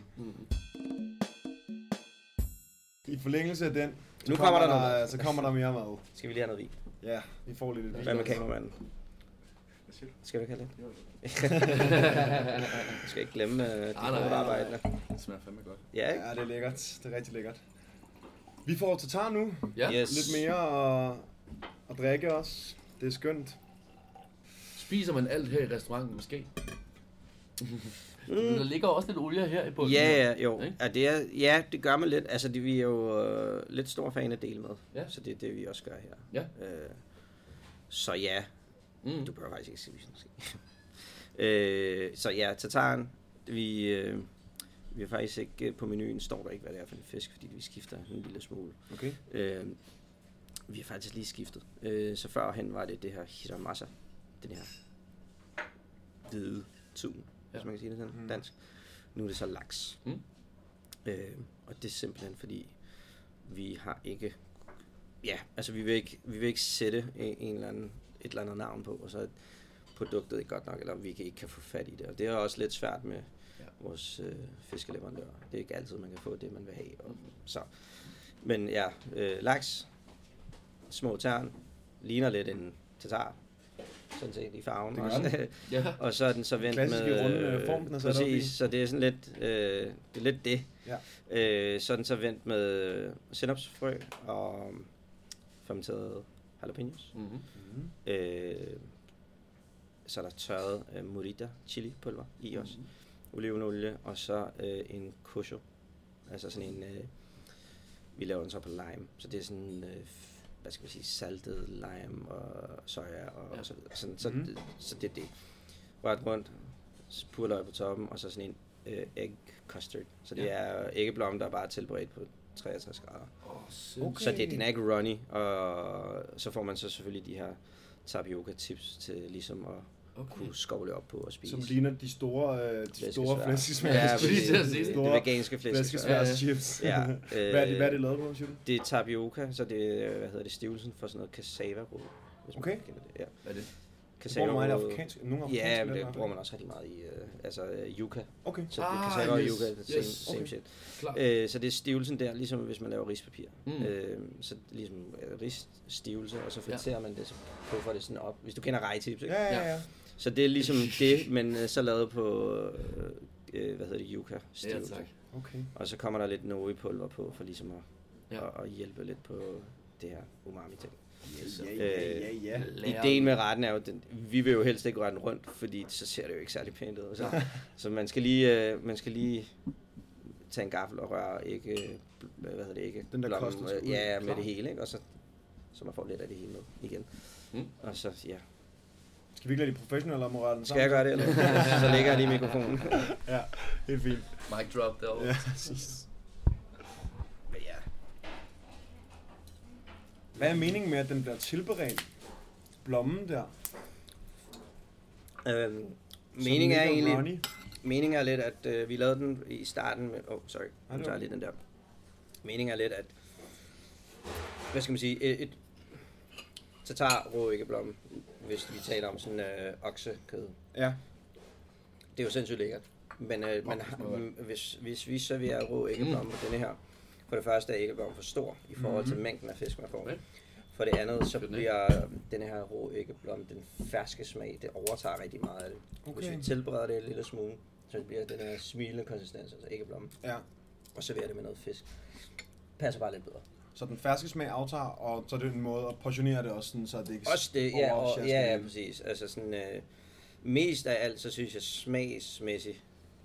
I forlængelse af den, Nu kommer der noget. så kommer der mere mad. Skal vi lige have noget vin? Ja, vi får lidt Hvad med kameramanden? Skal vi ikke have det? Jeg skal ikke glemme de hårde arbejdende. Det smager fandme godt. Ja, ikke? Ja, det er lækkert. Det er rigtig lækkert. Vi får tatar nu. Ja. Yes. Lidt mere at drikke også. Det er skønt. Spiser man alt her i restauranten måske? Der ligger også lidt olie her i bunden. Ja, jo. Ikke? Ja, det gør man lidt. Altså, vi er jo lidt stor fan af delmad. Ja. Så det er det, vi også gør her. Ja. Så ja, du bør faktisk ikke sige, så ja, tataren. Vi er faktisk ikke på menuen, står der ikke, hvad det er for en fisk, fordi vi skifter en lille smule. Okay. Vi har faktisk lige skiftet. Så førhen var det her hiramasa, den her hvide tun, hvis man kan sige det sådan, dansk. Nu er det så laks. Og det er simpelthen fordi, vi har ikke, altså vi vil ikke sætte et eller andet navn på, og så er produktet ikke godt nok, eller vi ikke kan få fat i det. Og det er også lidt svært med vores fiskeleverandører. Det er ikke altid, man kan få det, man vil have. Og så. Men ja, laks, små tern, ligner lidt en tatar, sådan set i farven også. Ja. Og så er den så vendt Klassiske runde form, den er sat op i. præcis, så det er sådan lidt det. Er lidt det. Ja. Så er den så vendt med sennepsfrø og fermenteret jalapenos. Så er der tørret morita chili pulver i os, olivenolie, og så en kosho, altså sådan en, vi laver den så på lime, så det er sådan, hvad skal vi sige, saltet lime og soja og så videre, så det er det. Rørt rundt, purløg på toppen, og så sådan en egg custard, så det er æggeblomme, der er bare tilberedt på 63 grader. Okay. Så den er ikke runny, og så får man så selvfølgelig de her tapioca tips til ligesom at kunne skovle op på og spise. Som ligner de store flæskesvær. Ja, det det veganske flæskesværschips. Ja. Hvad er det lavet på, siger du? Det er tapioca, så det er, stivelsen for sådan noget cassava-råd. Okay. Ja. Hvad er det? Bruger meget afrikansk? Ja, men det bruger man også rigtig meget i yuca. Okay. Så det cassava og yuca, det er same shit. Så det er stivelsen der, ligesom hvis man laver rispapir. Så ligesom risstivelse, og så friterer man det, så puffer det sådan op. Hvis du kender rejtips, ikke? Ja. Så det er ligesom det, men så lavet på, yuca stivelse. Ja, tak. Okay. Og så kommer der lidt nori-pulver på, for ligesom at hjælpe lidt på det her umami-ting. Ja. Ideen med retten er jo, vi vil jo helst ikke rette den rundt, fordi så ser det jo ikke særlig pænt ud. Så man skal lige tage en gaffel og røre ikke den der blommen, koster med det hele, ikke? Og så man får lidt af det hele med igen. Og så skal vi ikke lade de professionelle om at rette den sammen? Skal jeg gøre det, eller? Så lægger jeg lige mikrofonen. Ja, helt fint. Mic drop derovre. Ja, præcis. Men ja. Hvad er meningen med, at den bliver tilberedt? Blommen der? Meningen er lidt, at vi lavede den i starten med... nu tager jeg lige den der. Meningen er lidt, at... Hvad skal man sige? Et tatar rå æggeblomme, hvis vi taler om sådan oksekød. Ja. Det er jo sindssygt lækkert. Men hvis vi serverer rå æggeblomme på denne her, for det første er æggeblommen for stor i forhold til mængden af fisk, man får. For det andet, så bliver den her rå æggeblomme, den ferske smag, det overtager rigtig meget af det. Okay. Hvis vi tilbereder det en lille smule, så bliver den her smilende konsistens, altså æggeblomme. Ja. Og serverer det med noget fisk. Passer bare lidt bedre. Så den ferske smag aftager, og så er det en måde at portionere det også, sådan, så det ikke også det, ja, præcis. Altså sådan, mest af alt, så synes jeg smagsmæssigt.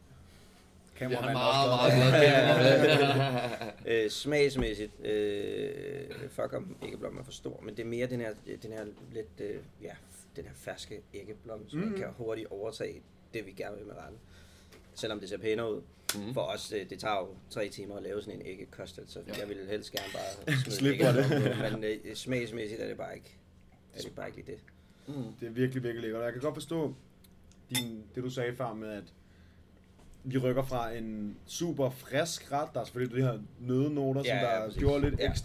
Smagsmæssigt, fuck om æggeblommen er for stor, men det er mere den her lidt, den her ferske æggeblomme, som kan hurtigt overtage det, vi gerne vil med retten. Selvom det ser pænere ud. For os, det tager jo 3 timer at lave sådan en æggekostel, så jeg ville helst gerne bare smide æggeblommen, men smagsmæssigt er det bare ikke, lige det. Det er virkelig, virkelig lækkert. Jeg kan godt forstå det, du sagde før med, at vi rykker fra en super frisk ret. Der er selvfølgelig de her nødenoter, som der gjorde lidt ekstra.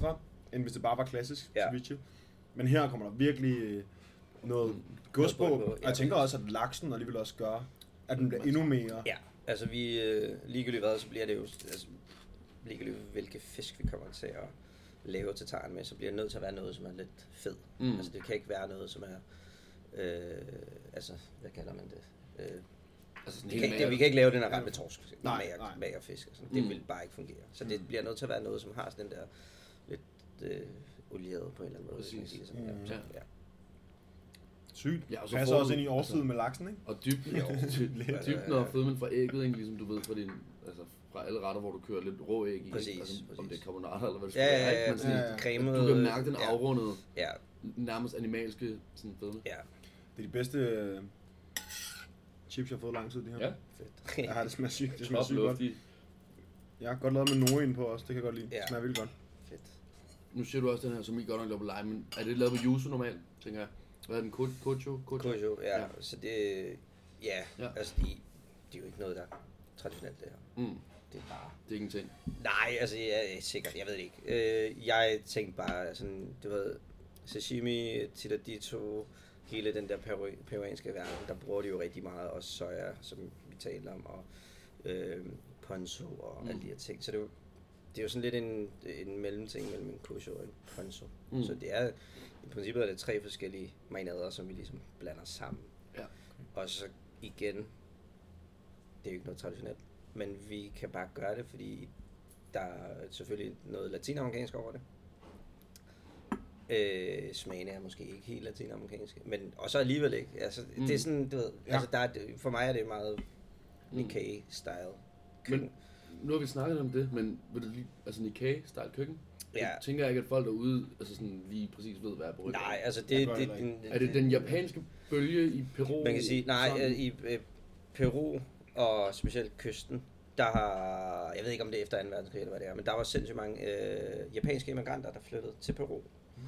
end hvis det bare var klassisk ceviche. Men her kommer der virkelig noget gods på, og jeg tænker også, at laksen alligevel også gør, at den bliver endnu mere... Ja, altså vi, ligegyldigt hvad, så bliver det jo, altså ligegyldigt hvilke fisk vi kommer til at lave til tarren med, så bliver det nødt til at være noget, som er lidt fed. Altså det kan ikke være noget, som er, altså, hvad kalder man det? Altså, vi kan ikke lave den her ret med torsk, magerfisk, altså. Det vil bare ikke fungere. Så det bliver nødt til at være noget, som har sådan den der lidt olieret på en eller anden måde. Præcis. Ja. Sygt. Ja, og så passer også ind i årstiden med laksen, ikke? Og dybden og fedmen fra ægget, ikke? Ligesom du ved fra din, altså fra alle retter, hvor du kører lidt rå æg i. Præcis, altså, præcis. om det er carbonara eller hvad det skal være, ikke? Men sådan, cremede, du kan mærke den afrundede, ja. nærmest animalske sådan fedme. Ja. Det er de bedste chips, jeg har fået lang tid, de her. Ja. Fedt. Jeg har det smager sygt. Det smager sygt godt. Jeg har godt lavet med Nori på også, det kan jeg godt lide. Det smager vildt godt. Fedt. Nu siger du også den her, som I godt nok laver på lime, men er det lavet på yuzu normalt, tænker jeg? Hvad er den? Kojo? Kojo, ja. Så det, altså det er jo ikke noget, der er traditionelt det her. Det er bare... Det er ingenting. Nej, altså sikkert, jeg ved det ikke. Jeg tænkte bare sådan, du ved, sashimi, tiradito, hele den der peruanske verden, der bruger de jo rigtig meget, også soja, som vi talte om, og ponzo og alle de her ting. Så det er jo sådan lidt en mellemting mellem en kojo og en ponzo. Så det er, i princippet er det 3 forskellige marinader, som vi ligesom blander sammen. Ja. Og så igen, det er jo ikke noget traditionelt, men vi kan bare gøre det, fordi der er selvfølgelig noget latinamerikansk over det. Smagene er måske ikke helt latinamerikanske, men og så alligevel ikke. Altså, det er sådan, du ved, altså der er, for mig er det meget Nikkei-style køkken. Men nu har vi snakket om det, men vil du lige, altså Nikkei-style køkken? Ja. Jeg tænker ikke, at folk derude altså sådan lige præcis ved, hvad er på ryggen. Nej, altså er det den japanske bølge i Peru? Man kan sige, i Peru og specielt kysten, der har, jeg ved ikke om det er efter 2. verdenskrig eller hvad det er, men der var sindssygt mange japanske immigranter, der flyttede til Peru.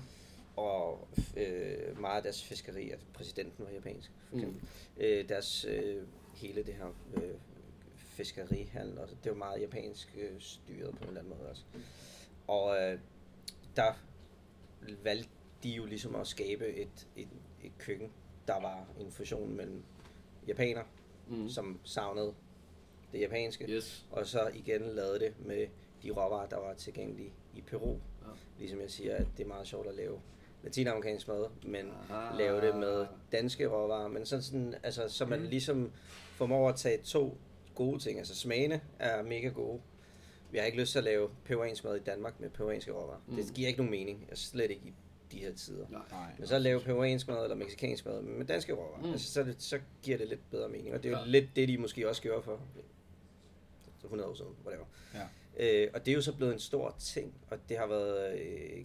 Og meget af deres fiskeri, altså præsidenten var japansk, for eksempel. Deres hele det her fiskerihandel, også, det var meget japansk styret på en eller anden måde også. Og der valgte de jo ligesom at skabe et køkken, der var en fusion mellem japaner, som savnede det japanske, og så igen lavede det med de råvarer, der var tilgængelige i Peru. Ligesom jeg siger, at det er meget sjovt at lave latinamerikansk mad, men lave det med danske råvarer, men sådan altså, så man ligesom formår at tage 2 gode ting, altså smagene er mega gode. Vi har ikke lyst til at lave peruansk mad i Danmark med peruanske råvarer. Det giver ikke nogen mening, altså slet ikke i de her tider. Nej. Men så at lave peruansk mad eller mexicansk mad med danske råvarer, altså, så giver det lidt bedre mening, og det er jo lidt det, de måske også gjorde for 100 år siden, whatever. Ja. Og det er jo så blevet en stor ting, og det har været,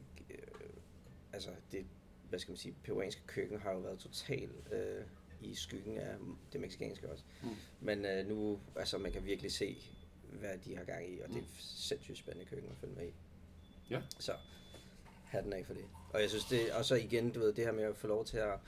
altså det, hvad skal man sige, peruanske køkken har jo været totalt i skyggen af det mexicanske også. Men nu, altså man kan virkelig se, hvad de har gang i, og det er sindssygt spændende køkken at følge med i. Ja. Så hatten af for det. Og jeg synes det, og så igen, du ved, det her med at få lov til at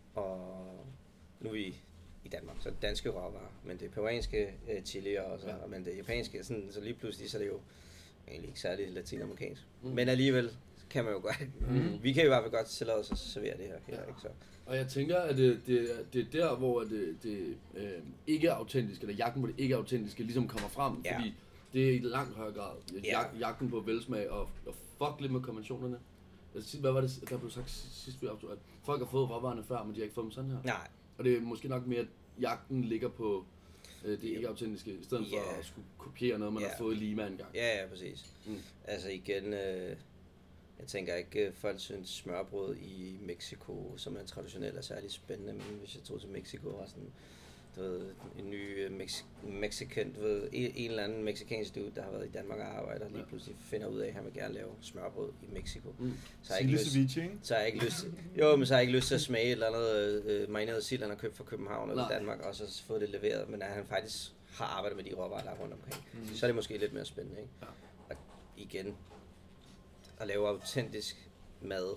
nu er vi i Danmark, så danske råvarer, men det peruanske chili også, men det japanske, sådan, så lige pludselig, så er det jo egentlig ikke særlig latinamerikansk. Men alligevel kan man jo godt, vi kan jo i hvert fald godt tillade os at servere det her. Ikke? Så. Og jeg tænker, at det er der, hvor det ikke er autentisk, eller jagten på det ikke er autentiske, ligesom kommer frem, fordi det er i langt højere grad jagten på velsmag og fuck lidt med konventionerne. Altså, hvad var det, der blev sagt sidst vi afstod, at folk har fået råvarerne før, men de har ikke fået dem sådan her? Nej. Og det er måske nok mere, at jagten ligger på det ikke autentiske, i stedet for at skulle kopiere noget, man har fået i Lima engang. Ja, præcis. Altså igen, jeg tænker ikke, folk synes smørbrød i Mexico, som er traditionelt, er særlig spændende, men hvis jeg tog til Mexico og sådan, du ved, en ny mexican, du ved, en eller anden mexicansk dude, der har været i Danmark og arbejder, lige pludselig finder ud af, at han vil gerne lave smørbrød i Mexico. Så har jeg ikke lyst til at smage et eller andet marineret sild, han har købt fra København eller Danmark, og så fået det leveret, men at han faktisk har arbejdet med de råvarer, der er rundt omkring. Så er det måske lidt mere spændende, ikke? Ja. Og igen, at lave autentisk mad,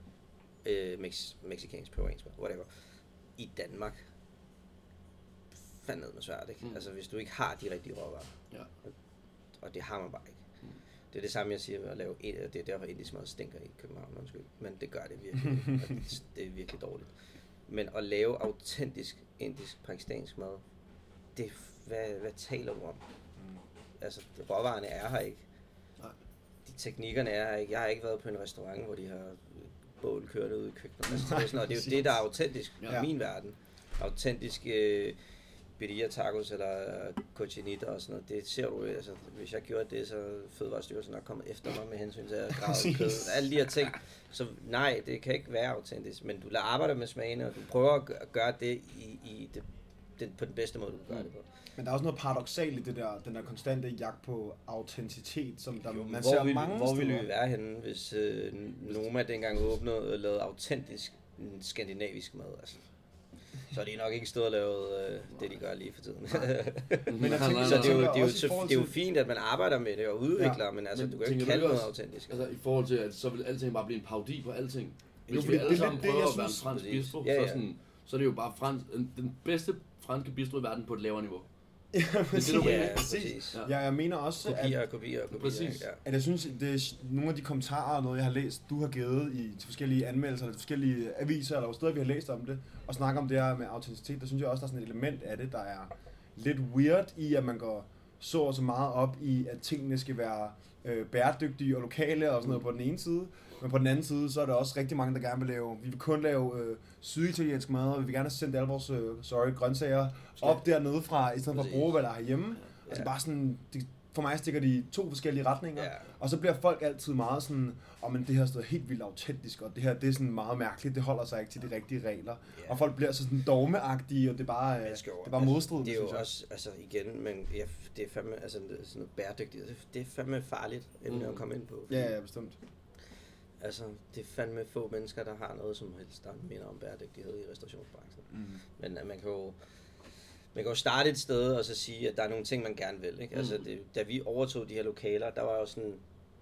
mexicansk, peruansk mad, whatever, i Danmark, fandme med svært, ikke? Altså hvis du ikke har de rigtige råvarer, og det har man bare ikke. Det er det samme, jeg siger med at lave, det er derfor indisk mad stinker i København, undskyld. Men det gør det virkelig, og det er virkelig dårligt. Men at lave autentisk indisk pakistansk mad, det, hvad taler du om? Altså, råvarerne er her ikke. De teknikkerne er her ikke. Jeg har ikke været på en restaurant, hvor de har bål kørt ud i køkkenet. Altså, det er jo det, der er autentisk i min verden. Autentisk birria tacos eller cochinita og sådan noget. Det ser du, altså, hvis jeg gjorde det, så Fødevarestyrelsen nok kommet efter mig med hensyn til at grave kød. Alle de her ting. Så nej, det kan ikke være autentisk. Men du arbejder med smagene, og du prøver at gøre det på den bedste måde, du kan gøre det på. Men der er også noget paradoksalt i det der, den der konstante jagt på autenticitet, som der, jo, man ser mange steder. Hvor ville vi være henne, hvis Noma dengang åbnede og lavede autentisk skandinavisk mad? Altså. Så er de nok ikke stået og lavet det, de gør lige for tiden. Men det er jo fint, at man arbejder med det og udvikler, men altså, du kan ikke kalde noget autentisk. Altså i forhold til, at så vil alting bare blive en parodi på alting. Hvis Jo, vi alle sammen det, prøver jeg at være en synes- fransk Præcis. bistro, Ja, ja. så er det jo bare den bedste franske bistro i verden på et lavere niveau. Ja, præcis. du mener. Ja, præcis. Ja, jeg mener også, Kopier. Præcis. Ja. at jeg synes, det er nogle af de kommentarer og noget, jeg har læst, du har givet til forskellige anmeldelser, eller forskellige aviser, eller steder, vi har læst om det, og snakker om det her med autenticitet, der synes jeg også, der er sådan et element af det, der er lidt weird i, at man går så meget op i, at tingene skal være bæredygtige og lokale og sådan noget på den ene side, men på den anden side, så er der også rigtig mange, der gerne vil lave, vi vil kun lave syditaliensk mad, og vi vil gerne sende alle vores grøntsager op dernede fra, i stedet for at bruge, hvad der er herhjemme. Altså bare sådan, for mig stikker de i to forskellige retninger, og så bliver folk altid meget sådan, men det her sted er helt vildt autentisk, og det her, det er sådan meget mærkeligt, det holder sig ikke til de rigtige regler. Og folk bliver så sådan dogmeagtige, og det er bare modstridende, Det er jo synes jeg. også, altså igen, men det er fandme, altså sådan noget bæredygtigt, det er fandme farligt, at komme ind på. Ja, bestemt. Altså, det er fandme få mennesker, der har noget som helst, der minder om bæredygtighed i restaurationsbranchen. Men man kan jo starte et sted og så sige, at der er nogle ting, man gerne vil. Ikke? Altså, da vi overtog de her lokaler, der var jo sådan,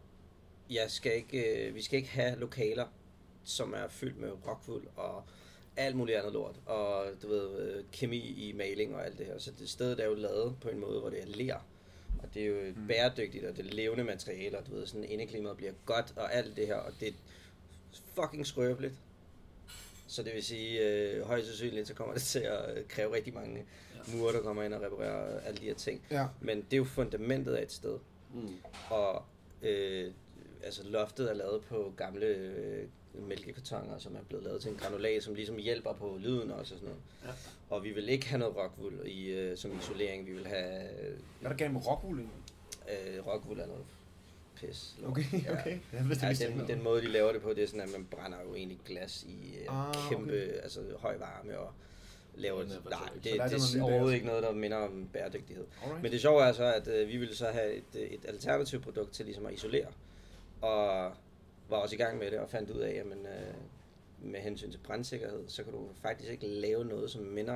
vi skal ikke have lokaler, som er fyldt med rockwool og alt muligt andet lort, og du ved, kemi i maling og alt det her. Så det stedet er jo lavet på en måde, hvor det er ler, og det er jo bæredygtigt, og det er levende materialer, og du ved, sådan indeklimaet bliver godt, og alt det her, og det er fucking skrøbeligt. Så det vil sige, højst sandsynligt, så kommer det til at kræve rigtig mange murer, der kommer ind og reparerer alle de her ting. Ja. Men det er jo fundamentet af et sted. Og altså loftet er lavet på gamle mælkekartoner, som er blevet lavet til en granulat, som ligesom hjælper på lyden også og sådan noget. Ja. Og vi vil ikke have noget rockwool som isolering. Vi vil have... Hvad er der galt med rockwool? Rockwool er noget pis. Okay. Den måde, de laver det på, det er sådan, at man brænder jo egentlig glas i kæmpe, altså høj varme og laver det. Nej, det er overhovedet ikke noget, der minder om bæredygtighed. Alright. Men det sjove er så, at vi ville så have et alternativt produkt til ligesom at isolere. Og var også i gang med det og fandt ud af, at med hensyn til brandsikkerhed, så kan du faktisk ikke lave noget, som minder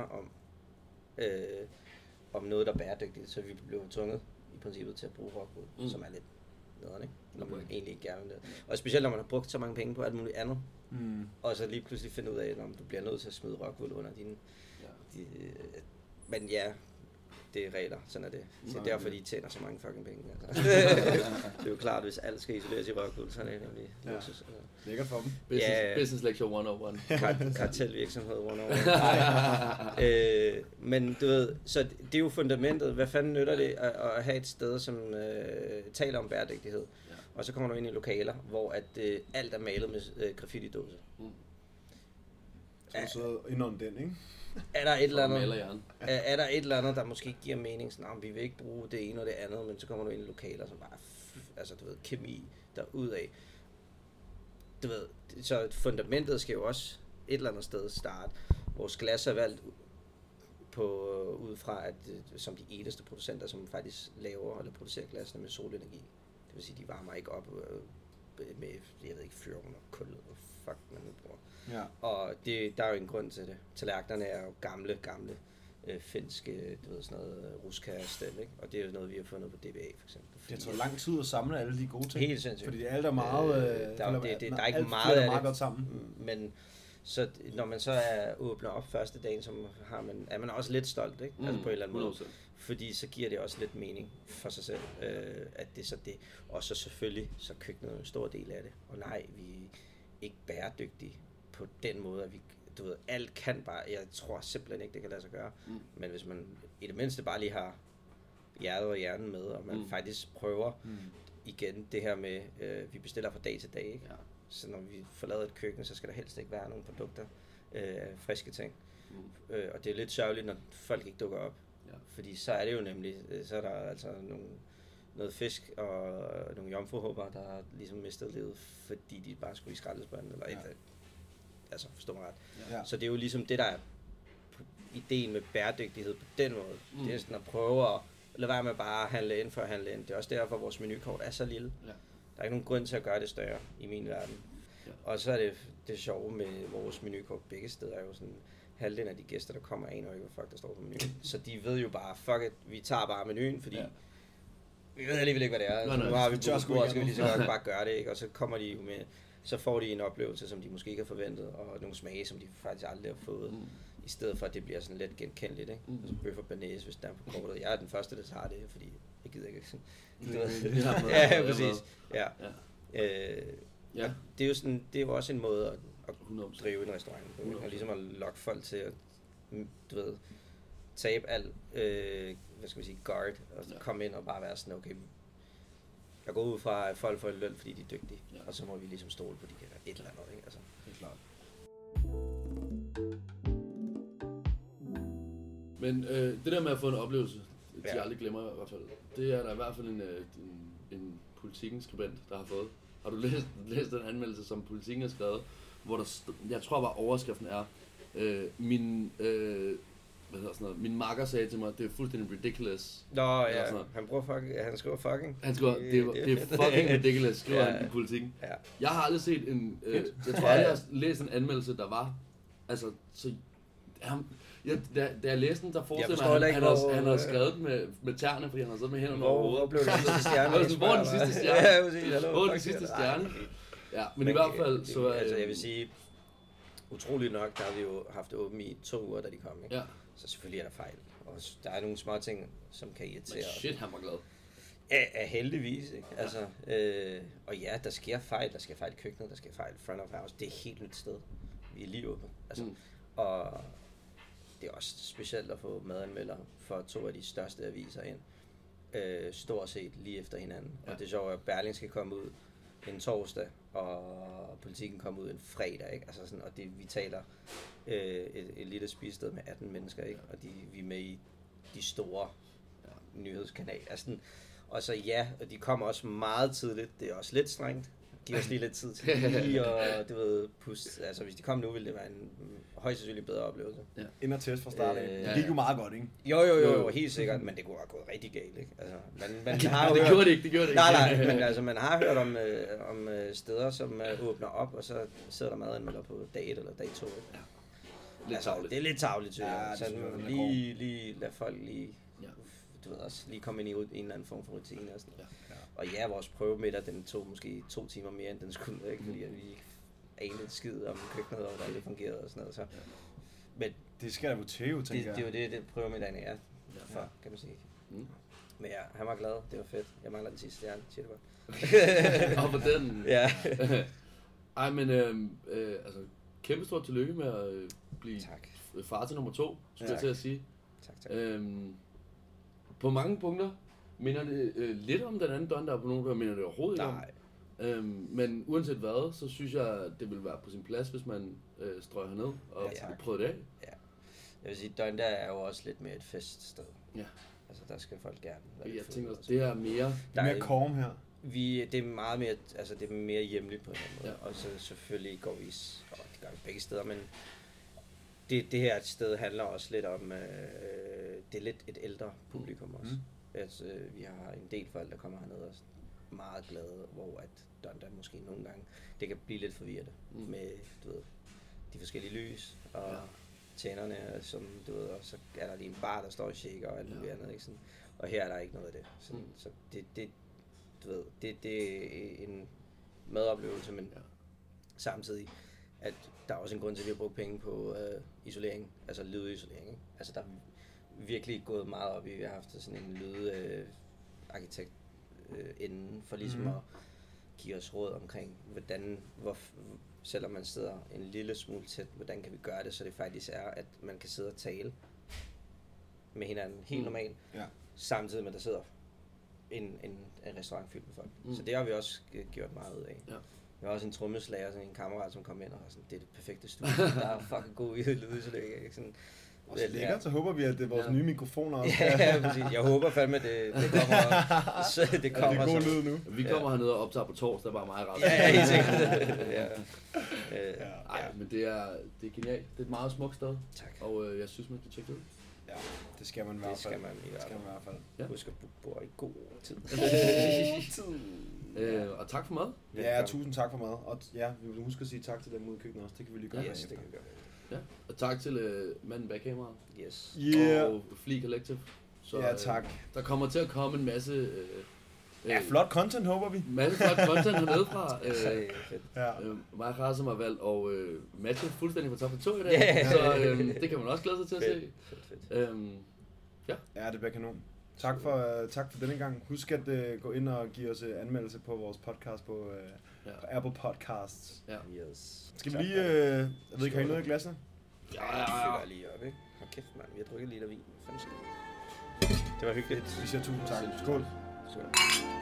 om noget, der er bæredygtigt. Så vi blev tvunget i princippet til at bruge rockwool, som er lidt nederen, ikke? Når man egentlig ikke gerne vil det. Og specielt når man har brugt så mange penge på alt muligt andet, og så lige pludselig finde ud af, at du bliver nødt til at smide rockwool under dine... Men ja, det er regler, sådan er det. Så det er derfor, de tjener så mange fucking penge. Altså. Det er jo klart, at hvis alt skal isoleres i rockwool, så er det nemlig luksus. Lækkert for dem. Business lecture 101. Kartelvirksomhed 101. Men du ved, så det er jo fundamentet. Hvad fanden nytter det at have et sted, som taler om bæredygtighed? Ja. Og så kommer du ind i lokaler, hvor at, alt er malet med graffiti-dåser. Så du sidder inde under den, ikke? Er der et eller andet, der måske giver mening, sådan, vi vil ikke bruge det ene og det andet, men så kommer du ind i lokaler, som bare, altså du ved, kemi derudaf. Du ved, så fundamentet skal jo også et eller andet sted starte. Vores glas er valgt ud fra, at som de eneste producenter, som faktisk laver eller producerer glasene med solenergi. Det vil sige, de varmer ikke op med, jeg ved ikke, fyr under kul, og fuck man nu bruger. Ja. Og der er jo en grund til det. Tallerkenerne er jo gamle finske, du ved, sådan noget ruska-stem, ikke? Og det er jo noget, vi har fundet på DBA for eksempel. Det tager lang tid at samle alle de gode ting. Helt sindssygt. Fordi det er alt er meget... der er ikke meget af det. Godt sammen. Men så, når man så åbner op første dagen, er man også lidt stolt, ikke? Altså på en eller anden måde. fordi så giver det også lidt mening for sig selv, at det er så det. Og så selvfølgelig, så køkkenet er en stor del af det. Og nej, vi er ikke bæredygtige på den måde, at vi, du ved, alt kan bare, jeg tror simpelthen ikke, det kan lade sig gøre. Men hvis man i det mindste bare lige har hjertet og hjernen med, og man faktisk prøver igen det her med, vi bestiller fra dag til dag, ikke? Ja. Så når vi forlader et køkken, så skal der helst ikke være nogen produkter, friske ting. Og det er lidt sørgeligt, når folk ikke dukker op. Ja. Fordi så er det jo nemlig, så er der altså noget fisk og nogle jomfruhupper, der har ligesom mistet livet, fordi de bare skulle i skraldespanden, eller et, altså forstå mig ret. Ja. Så det er jo ligesom det, der er ideen med bæredygtighed på den måde. Det er sådan at prøve at lade være med bare at handle ind for at handle ind. Det er også derfor, vores menukort er så lille. Ja. Der er ikke nogen grund til at gøre det større i min verden. Ja. Og så er det sjove med vores menukort begge steder er jo sådan, halvdelen af de gæster, der kommer, aner ikke, hvad fuck der står på menuen. Så de ved jo bare, fuck it, vi tager bare menuen, fordi vi ved alligevel ikke, hvad det er. Altså, nu har vi på bordet, skal vi lige så godt bare gøre det, ikke? Og så kommer de jo med, så får de en oplevelse, som de måske ikke har forventet, og nogle smage, som de faktisk aldrig har fået. I stedet for, at det bliver sådan lidt genkendeligt, ikke? Altså bøf og banæs, hvis der er på kortet. Jeg er den første, der tager det, fordi jeg gider ikke sådan. Ja, præcis. Ja. Ja. Det er jo sådan, det er jo også en måde at drive en restaurant på, og ligesom at lokke folk til at, du ved, tabe alt, hvad skal vi sige, guard, og komme ind og bare være sådan, okay, jeg går ud fra, at folk får en løn, fordi de er dygtige, og så må vi ligesom stole på, at de kan være et eller andet, ikke? Altså, helt klart. Men det der med at få en oplevelse, de aldrig glemmer i hvert fald, det er der i hvert fald en Politiken-skribent, der har fået. Har du læst den anmeldelse, som Politiken har skrevet, hvor der jeg tror bare overskriften er, min min makker sagde til mig, det er fuldstændig ridiculous. Nå ja, han skriver fucking. Han skriver, det er fucking ridiculous, skriver han i Politiken. Ja. Jeg har aldrig set jeg tror aldrig, jeg har læst en anmeldelse, der var, altså, så da jeg læste den, der forestiller mig, at han har skrevet med tæerne, fordi han har siddet med hænderne over hovedet. Hvor blev den sidste stjerne? Hvor er den sidste stjerne? Ja, præcis. Hvor er den sidste stjerne? Ja, men i hvert fald så... Altså, jeg vil sige, utroligt nok, der har vi jo haft det åbent i 2 uger, da de kom, ikke? Ja. Så selvfølgelig er der fejl. Og der er nogle små ting, som kan irritere. Men shit, han var glad. Ja, heldigvis, ikke? Altså, og ja, der sker fejl. Der sker fejl i køkkenet, der sker fejl i front of house. Det er et helt nyt sted. Vi er lige åbne. Altså, og det er også specielt at få madanmelder for 2 af de største aviser ind, stort set lige efter hinanden. Ja. Og det er sjovt, at Berling skal komme ud en torsdag, og Politiken kommer ud en fredag, ikke? Altså sådan, og vi taler et lille spisested med 18 mennesker, ikke? Og vi er med i de store nyhedskanaler. Altså, og så og de kommer også meget tidligt. Det er også lidt strengt. Giver os lige lidt tid til lige og du ved, puste. Altså hvis de kom nu, ville det være en højst sandsynligt bedre oplevelse. Ja. Ind og test fra start af. Det gik jo meget godt, ikke? Jo, helt sikkert, men det kunne have gået rigtig galt, ikke? Altså, man har det gjorde det ikke. Nej, men altså man har hørt om steder, som åbner op, og så sidder der madanmelder på dag 1 eller dag 2. Ikke? Ja. Lidt tarveligt. Det er lidt tarveligt, synes jeg. Så lige lad folk lige, du ved også, lige komme ind i en eller anden form for rutine og sådan noget. Og ja, vores prøvemiddag, den tog måske 2 timer mere, end den skulle, ikke? Fordi vi ikke anede skid om køkkenet, og hvordan det fungerede og sådan noget. Så. Men det skal der jo til, tænker jeg. Det er jo det prøvemiddagen er for, kan man sige. Men ja, han var glad, det var fedt. Jeg mangler den sidste stjerne, siger det godt. Og på den. Ja. Ej, men altså, kæmpe stort tillykke med at blive far til nummer 2, skulle jeg til at sige. Tak. På mange punkter minder det lidt om den anden Don, der er på nogle, der minder det overhovedet ikke om. Men uanset hvad, så synes jeg, det vil være på sin plads, hvis man strøger herned og prøver det af. Ja. Jeg vil sige, Don der er jo også lidt mere et feststed. Ja. Altså der skal folk gerne være. Jeg tænker også, det er mere... Der er mere korm her. Det er meget mere, altså det er mere hjemligt på en måde. Ja. Og så selvfølgelig går vi, det gør vi begge steder, men det her sted handler også lidt om, det er lidt et ældre publikum også. Altså, vi har en del folk, der kommer herned og er meget glade, hvor at Don måske nogle gange, det kan blive lidt forvirrende med, du ved, de forskellige lys og tjenerne, som du ved, og så er der lige en bar, der står og shaker og alt muligt andet, ikke sådan. Og her er der ikke noget af det. Sådan, så det, du ved, det er en madoplevelse, men samtidig, at der er også en grund til, at vi har brugt penge på isolering, altså lydisolering, ikke? Altså virkelig gået meget op i. Vi har haft sådan en lydarkitekt inden for ligesom at give os råd omkring, hvordan, selvom man sidder en lille smule tæt, hvordan kan vi gøre det, så det faktisk er, at man kan sidde og tale med hinanden helt normalt, samtidig med, at der sidder en restaurant fyldt med folk. Så det har vi også gjort meget ud af. Ja. Vi har også en trommeslager, sådan en kammerat, som kom ind og var sådan, det er det perfekte studie, der er fucking god lydudlæg. Og så lækkert, så håber vi, at det er vores nye mikrofoner også. Ja, præcis. Jeg håber fandme, det kommer. Det kommer det er god lyd nu. Vi kommer hernede og optager på torsdag, bare mig ret. Ja, helt sikkert. Ej, men det er genialt. Det er et meget smukt sted. Tak. Og jeg synes, man skal tjekke det ud. Ja, det skal man i hvert fald. Det skal man i hvert fald. Ja. Husk at bo i god tid. Og tak for mad. Ja, tusind tak for mad. Og ja, vi vil huske at sige tak til dem ude i køkkenet også. Det kan vi lige gøre. Yes, det kan vi gøre. Ja, og tak til manden bag kameraet. Yes. Yeah. Og Flea Collective. Så, ja, tak. Der kommer til at komme en masse... flot content, håber vi. Masse flot content hernede fra. Mig og Rasmus har valgt og matche fuldstændig på top af 2 i dag. Så det kan man også glæde sig til at se. Ja, det bliver kanon. Tak for denne gang. Husk at gå ind og give os anmeldelse på vores podcast på Apple Podcasts. Ja. Yes. Skal vi lige... jeg ved ikke, har I noget i glassene? Ja. Jeg fylder lige op, ikke? Hold kæft, mand. Vi har drukket lidt af vin. Det var hyggeligt. Vi siger tusind tak. Skål. Skål.